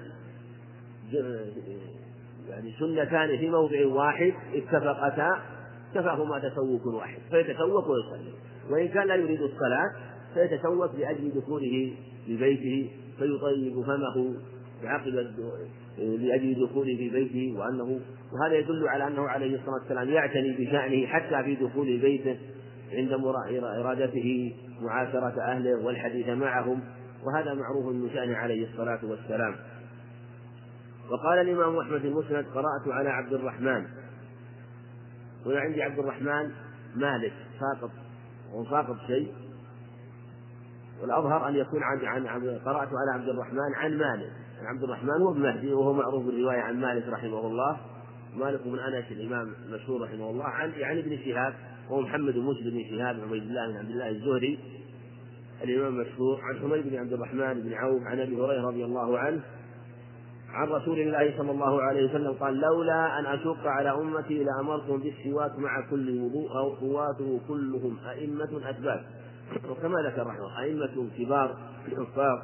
يعني سنتان في موضع واحد اتفقتا كفاهما تسوق واحد فيتسوق ويصلي. وإن كان لا يريد الصلاة فيتسوق لأجل دخوله لبيته فيطيب فمه بعقب لأجل دخوله في بيته، وأنه وهذا يدل على أنه عليه الصلاة والسلام يعتني بشأنه حتى في دخول بيته عند إرادته معاشرة أهله والحديث معهم، وهذا معروف من شأنه عليه الصلاة والسلام. وقال الإمام أحمد في المسند: قرأت على عبد الرحمن، وأنا عندي عبد الرحمن مالك ساقط وساقط شيء، والأظهر أن يكون عن عن قرأت على عبد الرحمن عن مالك. عبد الرحمن هو ابن مهدي وهو معروف بالرواية عن مالك رحمه الله، مالك بن أنس الإمام المشهور رحمه الله، عن يعني ابن شهاب وهو محمد بن مسلم بن شهاب بن عبيد الله بن عبد الله الزهري الإمام المشهور، عن حميد بن عبد الرحمن بن عوف عن أبي هريرة رضي الله عنه عن رسول الله صلى الله عليه وسلم قال: لولا أن أشق على أمتي لأمرتهم بالسواك مع كل وضوء، رواته كلهم أئمة أثبات. وكما ذكر رحمه أئمة كبار حفاظ،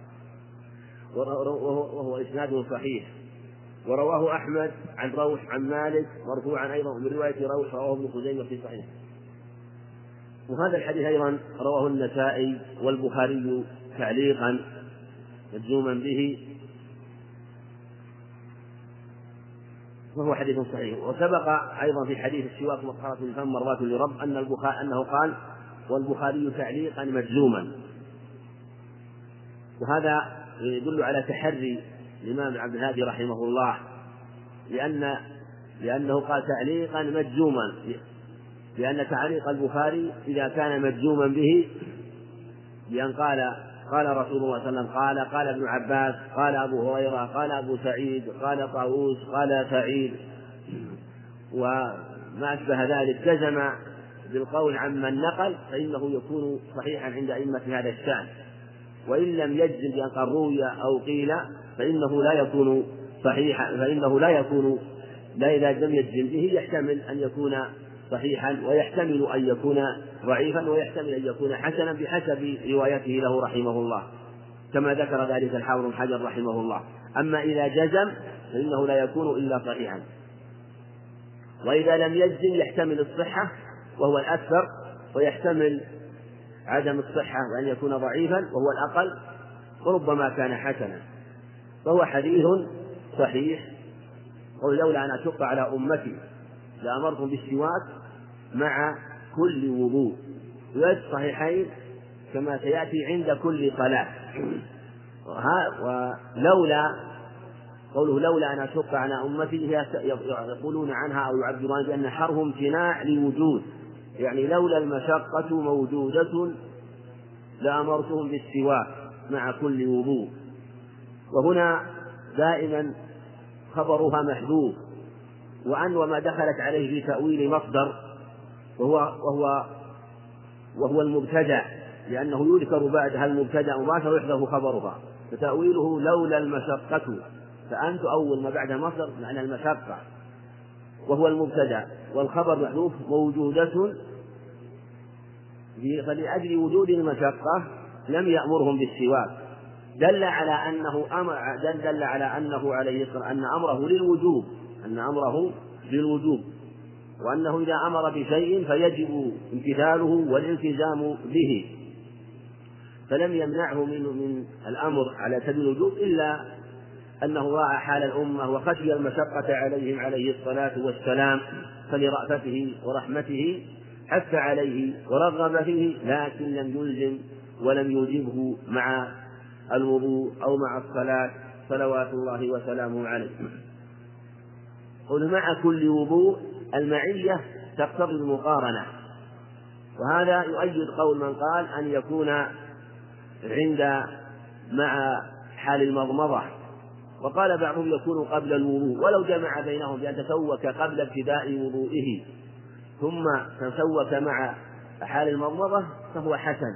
وهو إسناده صحيح. ورواه أحمد عن روح عن مالك مرفوعا أيضا من رواية روح، رواه ابن خزيمة في صحيح. وهذا الحديث أيضا رواه النسائي والبخاري تعليقا مجزوما به، وهو حديث صحيح. وسبق أيضا في حديث السواك مطهرة الفم مرات لرب أن البخاري أنه قال: والبخاري تعليقا مجزوما. وهذا يدل على تحري الإمام عبد الهادي رحمه الله، لأن لأنه قال تعليقا مجزوما، لأن تعليق البخاري إذا كان مجزوما به بأن قال قال رسول الله صلى الله عليه وسلم قال قال ابن عباس قال أبو هريرة قال أبو سعيد قال طاووس قال سعيد وما أشبه ذلك، جزم بالقول عمن نقل، فإنه يكون صحيحا عند أئمة هذا الشأن. وإن لم يجزم بأن قال روي أو قيل فإنه لا يكون صحيحا، فإنه لا يكون لا إذا لم يجزم به يحتمل أن يكون صحيحا، ويحتمل أن يكون ضعيفا، ويحتمل أن يكون حسنا بحسب روايته له رحمه الله، كما ذكر ذلك الحافظ بن حجر رحمه الله. أما إذا جزم فإنه لا يكون إلا صحيحا. وإذا لم يجزم يحتمل الصحة وهو الأكثر، ويحتمل عدم الصحة وأن يكون ضعيفا وهو الأقل، وربما كان حسنا. فهو حديث صحيح. قل: لولا أن أشق على أمتي لأمرتهم بالسواك مع كل وضوء. وفي الصحيحين كما سيأتي عند كل صلاة. ولولا قوله لولا أن أشق على أمتي يقولون عنها أو يعبرون بأن حرف امتناع لوجود، يعني لولا المشقة موجودة لأمرتهم بالسواك مع كل وضوء. وهنا دائما خبرها محذوف، وأن وما دخلت عليه في تأويل مصدر وهو وهو وهو المبتدأ، لأنه يذكر بعدها المبتدأ مباشرة ويحذف خبرها، فتأويله لولا المشقة، فأن تؤول ما بعد مصدر معنى المشقة وهو المبتدأ، والخبر محذوف موجودة، فلأجل وجود المشقة لم يأمرهم بالسواك، دل على أنه أمر دل على أنه عليه الصلاة أن أمره للوجوب أن أمره للوجوب وأنه إذا أمر بشيء فيجب امتثاله والالتزام به، فلم يمنعه من من الأمر على سبيل الوجوب إلا أنه راعى حال الأمة وخشي المشقة عليهم عليه الصلاة والسلام، فلرأفته ورحمته حث عليه ورغب فيه، لكن لم يلزم ولم يوجبه مع الوضوء أو مع الصلاة صلوات الله وسلامه عليه. قل مع كل وضوء، المعية تقتضي المقارنة، وهذا يؤيد قول من قال أن يكون عند مع حال المضمضة، وقال بعضهم يكون قبل الوضوء، ولو جمع بينهم بأن تسوك قبل ابتداء وضوئه ثم تسوك مع حال المضمضة فهو حسن،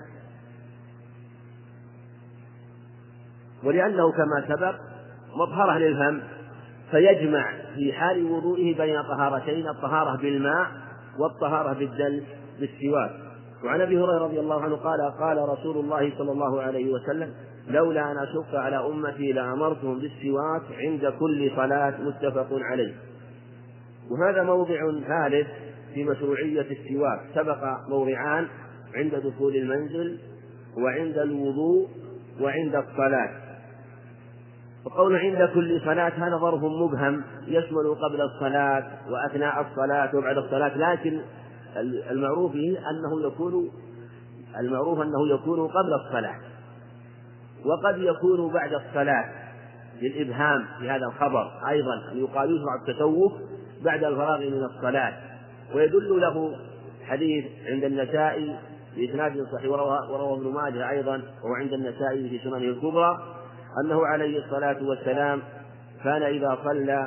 ولأنه كما سبق مطهرة للفم، فيجمع في حال وضوئه بين طهارتين، الطهارة بالماء والطهارة بالدل بالسواك. وعن أبي هريرة رضي الله عنه قال قال رسول الله صلى الله عليه وسلم لولا أن أشق على أمتي لأمرتهم بالسواك عند كل صلاة، متفق عليه. وهذا موضع ثالث في مشروعية السواك، سبق موضعان عند دخول المنزل وعند الوضوء وعند الصلاة. وقول عند كل صلاة هذا ظرف مبهم يشمل قبل الصلاة وأثناء الصلاة وبعد الصلاة، لكن المعروف فيه أنه يكون المعروف أنه يكون قبل الصلاة، وقد يكون بعد الصلاة للإبهام في هذا الخبر أيضا، أن يقال يشرع التسوق بعد الفراغ من الصلاة. ويدل له حديث عند النسائي بإسناد صحيح ورواه ابن ماجه أيضا، وهو عند النسائي في سننه الكبرى، أنه عليه الصلاة والسلام كان إذا صلى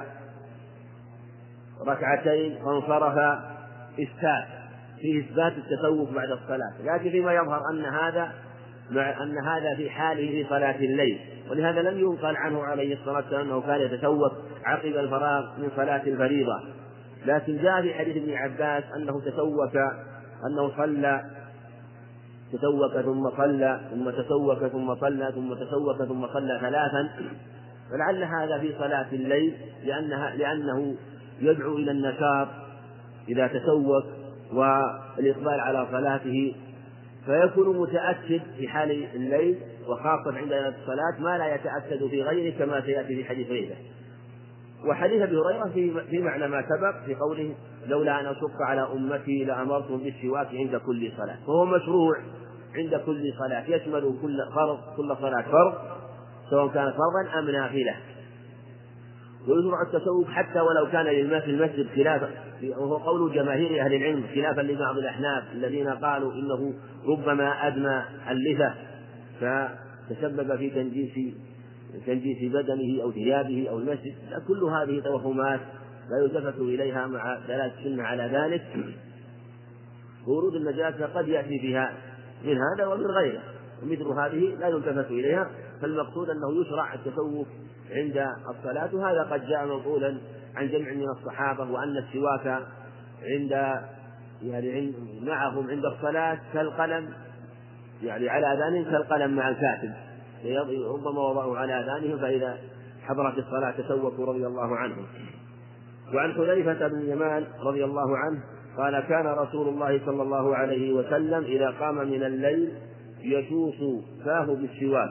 ركعتين فانصرف استاء، فيه إثبات التسوق بعد الصلاة، لكن فيما يظهر أن هذا مع أن هذا في حاله في صلاة الليل، ولهذا لم ينقل عنه عليه الصلاة والسلام أنه كان يتسوق عقب الفراغ من صلاة الفريضة، لكن جاء في حديث ابن عباس أنه تسوق أنه صلى تسوق ثم صلى ثم تسوق ثم صلى ثم تسوق ثم صلى ثلاثا، فلعل هذا في صلاة الليل لأنها لأنه يدعو إلى النشاط إذا تسوق والإقبال على صلاته، فيكون متأكد في حال الليل وخاصة عند الصلاة ما لا يتأكد في غيره، كما سيأتي في حديث غيره. وحديث أبي هريرة في, في معنى ما سبق في قوله لولا أن أشق على أمتي لأمرتهم بالسواك عند كل صلاة، فهو مشروع عند كل صلاة، يشمل كل فرض كل صلاة فرض سواء كانت فرضا أم نافلة. ويشرع التسوق حتى ولو كان في المسجد خلافا، وهو قول جماهير أهل العلم خلافا لبعض الأحناف الذين قالوا إنه ربما أدنى اللثة فتسبب في تنجيس تنجيس بدنه أو ثيابه أو المسجد. كل هذه توهمات لا يلتفت إليها مع دلالة السنة على ذلك. ورود النجاسة قد يأتي بها من هذا ومن غيره، ومثل هذه لا يلتفت إليها، فالمقصود أنه يشرع التسوق عند الصلاة، وهذا قد جاء منقولا عن جمع من الصحابة، وأن السواك عند يعني معهم عند الصلاة كالقلم يعني على آذانهم كالقلم مع الكاتب، ربما وضعوا على آذانهم فإذا حضرت الصلاة تسوقوا رضي الله عنهم. وعن حذيفة بن اليمان رضي الله عنه قال كان رسول الله صلى الله عليه وسلم إذا قام من الليل يشوص فاه بالسواك،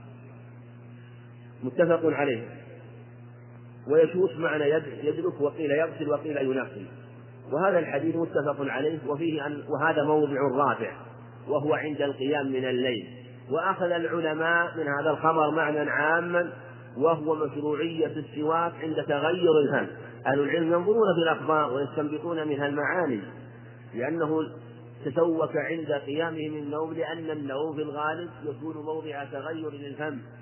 متفق عليه. ويشوص معنى يدلك، وقيل يغسل وقيل ينقي، وهذا الحديث متفق عليه. وفيه أن وهذا موضع رابع وهو عند القيام من الليل. وأخذ العلماء من هذا الخبر معنى عاما وهو مشروعية السواك عند تغير الفم. أهل العلم ينظرون في الأخبار ويستنبطون منها المعاني، لأنه تسوك عند قيامه من النوم، لأن النوم في الغالب يكون موضع تغير للفم،